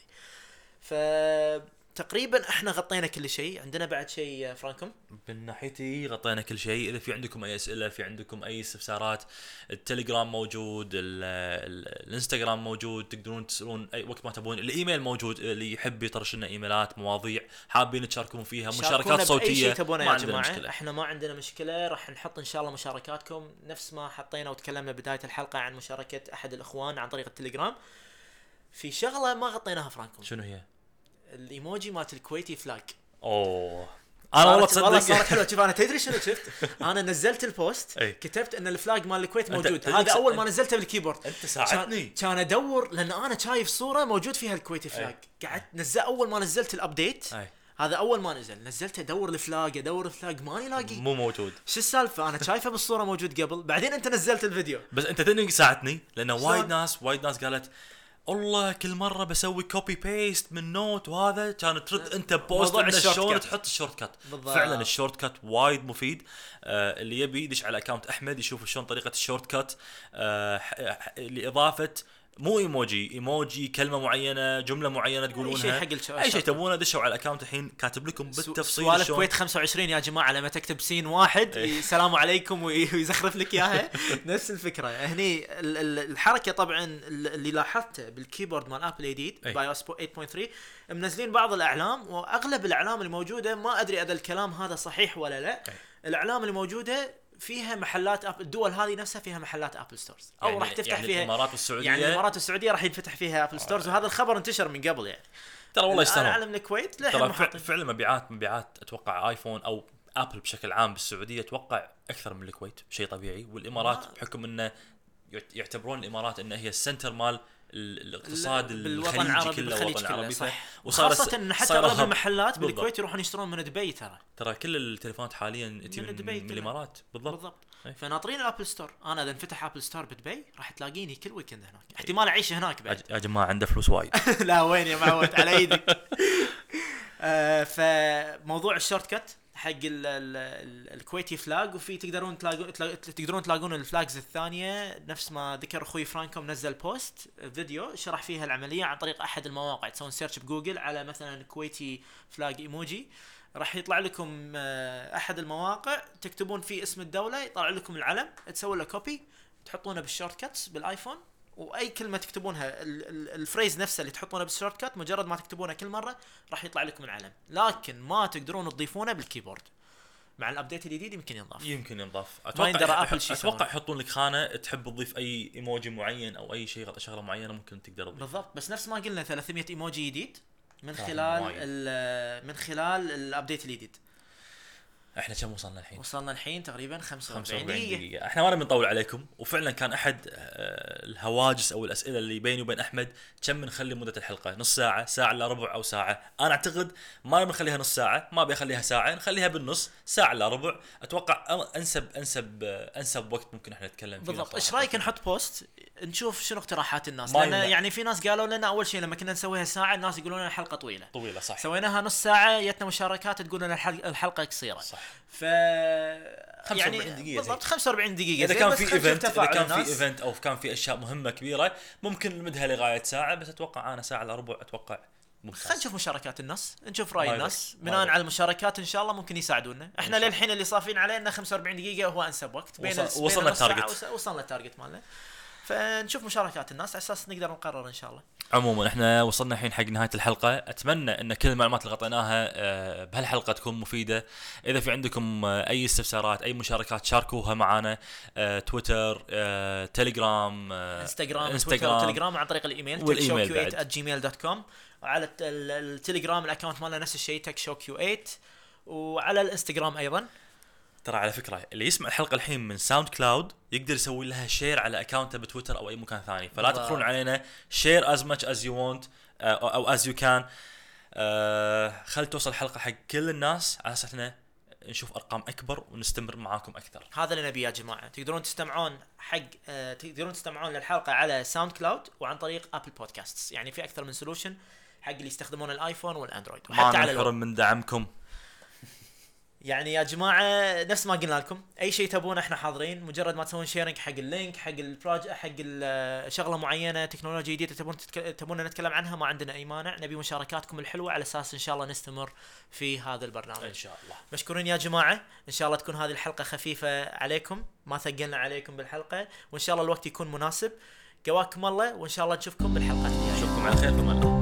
فتقريبا احنا غطينا كل شيء. عندنا بعد شيء فرانكم؟ من ناحيتي غطينا كل شيء. اذا في عندكم اي اسئله، في عندكم اي استفسارات، التليجرام موجود، ال ال الانستغرام موجود، تقدرون تسالون اي وقت ما تبون. الايميل موجود، اللي يحب يطرش لنا ايميلات، مواضيع حابين تشاركون فيها، مشاركات شاركونا صوتيه، بأي شيء تبونه ما يا عندنا جماعه، مشكله. احنا ما عندنا مشكله. راح نحط ان شاء الله مشاركاتكم نفس ما حطينا وتكلمنا بدايه الحلقه عن مشاركه احد الاخوان عن طريق التليجرام. في شغله ما غطيناها فرانكم، شنو هي؟ الايموجي مالت الكويتي فلاج. اوه انا والله صارت- والله تصدق صارت حلوه. شوف انا تدري شنو شفت؟ انا نزلت البوست أي. كتبت ان الفلاج مال الكويت أنت- موجود. تدري هذا س- اول ما أنت- نزلته بالكيبورد. انت ساعدني. كان- كان ادور لان انا شايف صوره موجود فيها الكويتي فلاج. قعدت نزل اول ما نزلت الابديت. أي. هذا اول ما نزل نزلت ادور الفلاج ادور الفلاج ماني لاقي. مو موجود. شو السالفه؟ انا شايفه بالصوره موجود قبل، بعدين انت نزلت الفيديو. بس انت تدري ساعدتني لانه شلون؟ وايد ناس وايد ناس قالت الله كل مره بسوي كوبي بيست من نوت، وهذا كانت ترد انت بوست موضوع ان الشورت شلون كات. تحط الشورت كات. بالضبط. فعلا الشورت كات وايد مفيد. آه اللي يبي يدش على اكاونت احمد يشوف شلون طريقه الشورت كات. آه ح- ح- لاضافه مو ايموجي، ايموجي كلمه معينه، جمله معينه تقولونها، شيء حق الش- اي شيء تبونه دشوا على الاكاونت الحين كاتب لكم بالتفصيل سوالف شلون. كويت خمسة وعشرين يا جماعه، لما تكتب سين واحد السلام عليكم وي- ويزخرف لك اياها. نفس الفكره هني. ال- ال- الحركه طبعا اللي لاحظته بالكيبورد مال ابل جديد أي. باي او اس ثمانية فاصلة ثلاثة منزلين بعض الاعلام، واغلب الاعلام الموجوده ما ادري اذا الكلام هذا صحيح ولا لا. أي. الاعلام الموجوده فيها محلات أب... الدول هذه نفسها فيها محلات ابل ستورز، او يعني راح تفتح يعني فيها الامارات والسعوديه. يعني الامارات والسعوديه راح ينفتح فيها ابل ستورز، وهذا الخبر انتشر من قبل يعني. ترى والله انا يستاهل. اعلم الكويت للحين ترى ما فع- حاطين. فعلا مبيعات مبيعات اتوقع ايفون او ابل بشكل عام بالسعوديه اتوقع اكثر من الكويت، شيء طبيعي. والامارات ما- بحكم انه يعت- يعتبرون الامارات انها هي السنتر مال ال- الاقتصاد ال- بالوطن الخليجي العربي كله، بالخليج الوطن كله، العربي. صح. ف- وصار وخاصة ان حتى صار اغلب هب. المحلات بالضبط. بالكويت يروحون يشترون من دبي ترى. ترى كل التليفونات حاليا تجي من من, دبي من كلها. الامارات. بالضبط. بالضبط. أي. فناطرين الابل ستور. انا اذا انفتح ابل ستور بدبي راح تلاقيني كل ويكند هناك، احتمال اعيش هناك بعد. يا جماعه عنده فلوس وايد. لا وين يا معود على ايدك. آه فموضوع الشورت كات حق ال ال ال الكويتي فلاج، وفي تقدرون تلاقون تقدرون تلاقون الفلاجز الثانيه نفس ما ذكر اخوي فرانكو، منزل بوست فيديو شرح فيها العمليه عن طريق احد المواقع. تسوون سيرش بجوجل على مثلا كويتي فلاج ايموجي، راح يطلع لكم احد المواقع، تكتبون فيه اسم الدوله يطلع لكم العلم، تسوون له كوبي تحطونه بالشورت كاتس بالايفون، واي كلمه تكتبونها الفريز نفسه اللي تحطونه بالشورت كات مجرد ما تكتبونه كل مره راح يطلع لكم العلم، لكن ما تقدرون تضيفونه بالكيبورد. مع الابديت الجديد يمكن ينضاف يمكن ينضاف ما يندرى اتوقع ابل شيء اتوقع يحطون لك خانه تحب تضيف اي ايموجي معين او اي شيء شغله معينه ممكن تقدر تضيف. بالضبط، بس نفس ما قلنا ثلاثمية ايموجي جديد من خلال من خلال الابديت الجديد. احنا كم وصلنا الحين؟ وصلنا الحين تقريبا خمسة وأربعين دقيقة. احنا ما نبي نطول عليكم، وفعلا كان احد الهواجس او الاسئله اللي بيني وبين احمد كم نخلي مده الحلقه، نص ساعه، ساعه الا ربع او ساعه. انا اعتقد ما نبي نخليها نص ساعه، ما ابي اخليها ساعه، نخليها بالنص، ساعه الا ربع. اتوقع انسب انسب انسب وقت ممكن احنا نتكلم فيه. بالضبط. ايش رايك نحط بوست نشوف شنو اقتراحات الناس؟ لان يعني في ناس قالوا لنا اول شيء لما كنا نسويها ساعه الناس يقولون لنا الحلقه طويله طويله صح، سويناها نص ساعه جتنا مشاركات تقول لنا الحلقه قصيره صح. ف يعني بالضبط خمسة وأربعين دقيقه اذا كان في ايفنت اذا كان في ايفنت او كان في اشياء مهمه كبيره ممكن نمدها لغايه ساعه، بس اتوقع انا ساعه الا ربع اتوقع ممتاز. خلينا نشوف مشاركات الناس، نشوف راي الناس بناء على المشاركات ان شاء الله ممكن يساعدونا. احنا للحين اللي صافين علينا خمسة وأربعين دقيقه هو انسب وقت بين وصل وصلنا التارجت وصلنا التارجت مالنا، فنشوف مشاركات الناس على اساس نقدر نقرر ان شاء الله. عموما احنا وصلنا الحين حق نهايه الحلقه، اتمنى ان كل المعلومات اللي غطيناها بهالحلقه تكون مفيده. اذا في عندكم اي استفسارات اي مشاركات شاركوها معنا، تويتر، تليجرام، انستغرام انستغرام وتليجرام عن طريق الايميل تك شو كيو ثمانية آت جيميل دوت كوم، وعلى التليجرام الاكونت مالنا نفس الشيء تك شو كيو ثمانية، وعلى الانستغرام ايضا. ترى على فكرة اللي يسمع الحلقة الحين من ساوند كلاود يقدر يسوي لها شير على اكاونته بتويتر او اي مكان ثاني، فلا تبخلون علينا شير as much as you want او as you can. أه خل توصل الحلقة حق كل الناس على اساس احنا نشوف ارقام اكبر ونستمر معاكم اكثر. هذا اللي نبيه يا جماعة. تقدرون تستمعون حق أه تقدرون تستمعون للحلقة على ساوند كلاود وعن طريق ابل بودكاستس، يعني في اكثر من سولوشن حق اللي يستخدمون الايفون والاندرويد، وحتى على الحرم من دعمكم. يعني يا جماعه نفس ما قلنا لكم اي شيء تبونه احنا حاضرين، مجرد ما تسوون شيرنج حق اللينك حق البروجكت حق شغله معينه تكنولوجيا جديده تبون تتك... تبون نتكلم عنها، ما عندنا اي مانع. نبي مشاركاتكم الحلوه على اساس ان شاء الله نستمر في هذا البرنامج ان شاء الله. مشكورين يا جماعه، ان شاء الله تكون هذه الحلقه خفيفه عليكم، ما ثقلنا عليكم بالحلقه، وان شاء الله الوقت يكون مناسب. قواكم الله، وان شاء الله نشوفكم بالحلقات الجايه. نشوفكم على خير.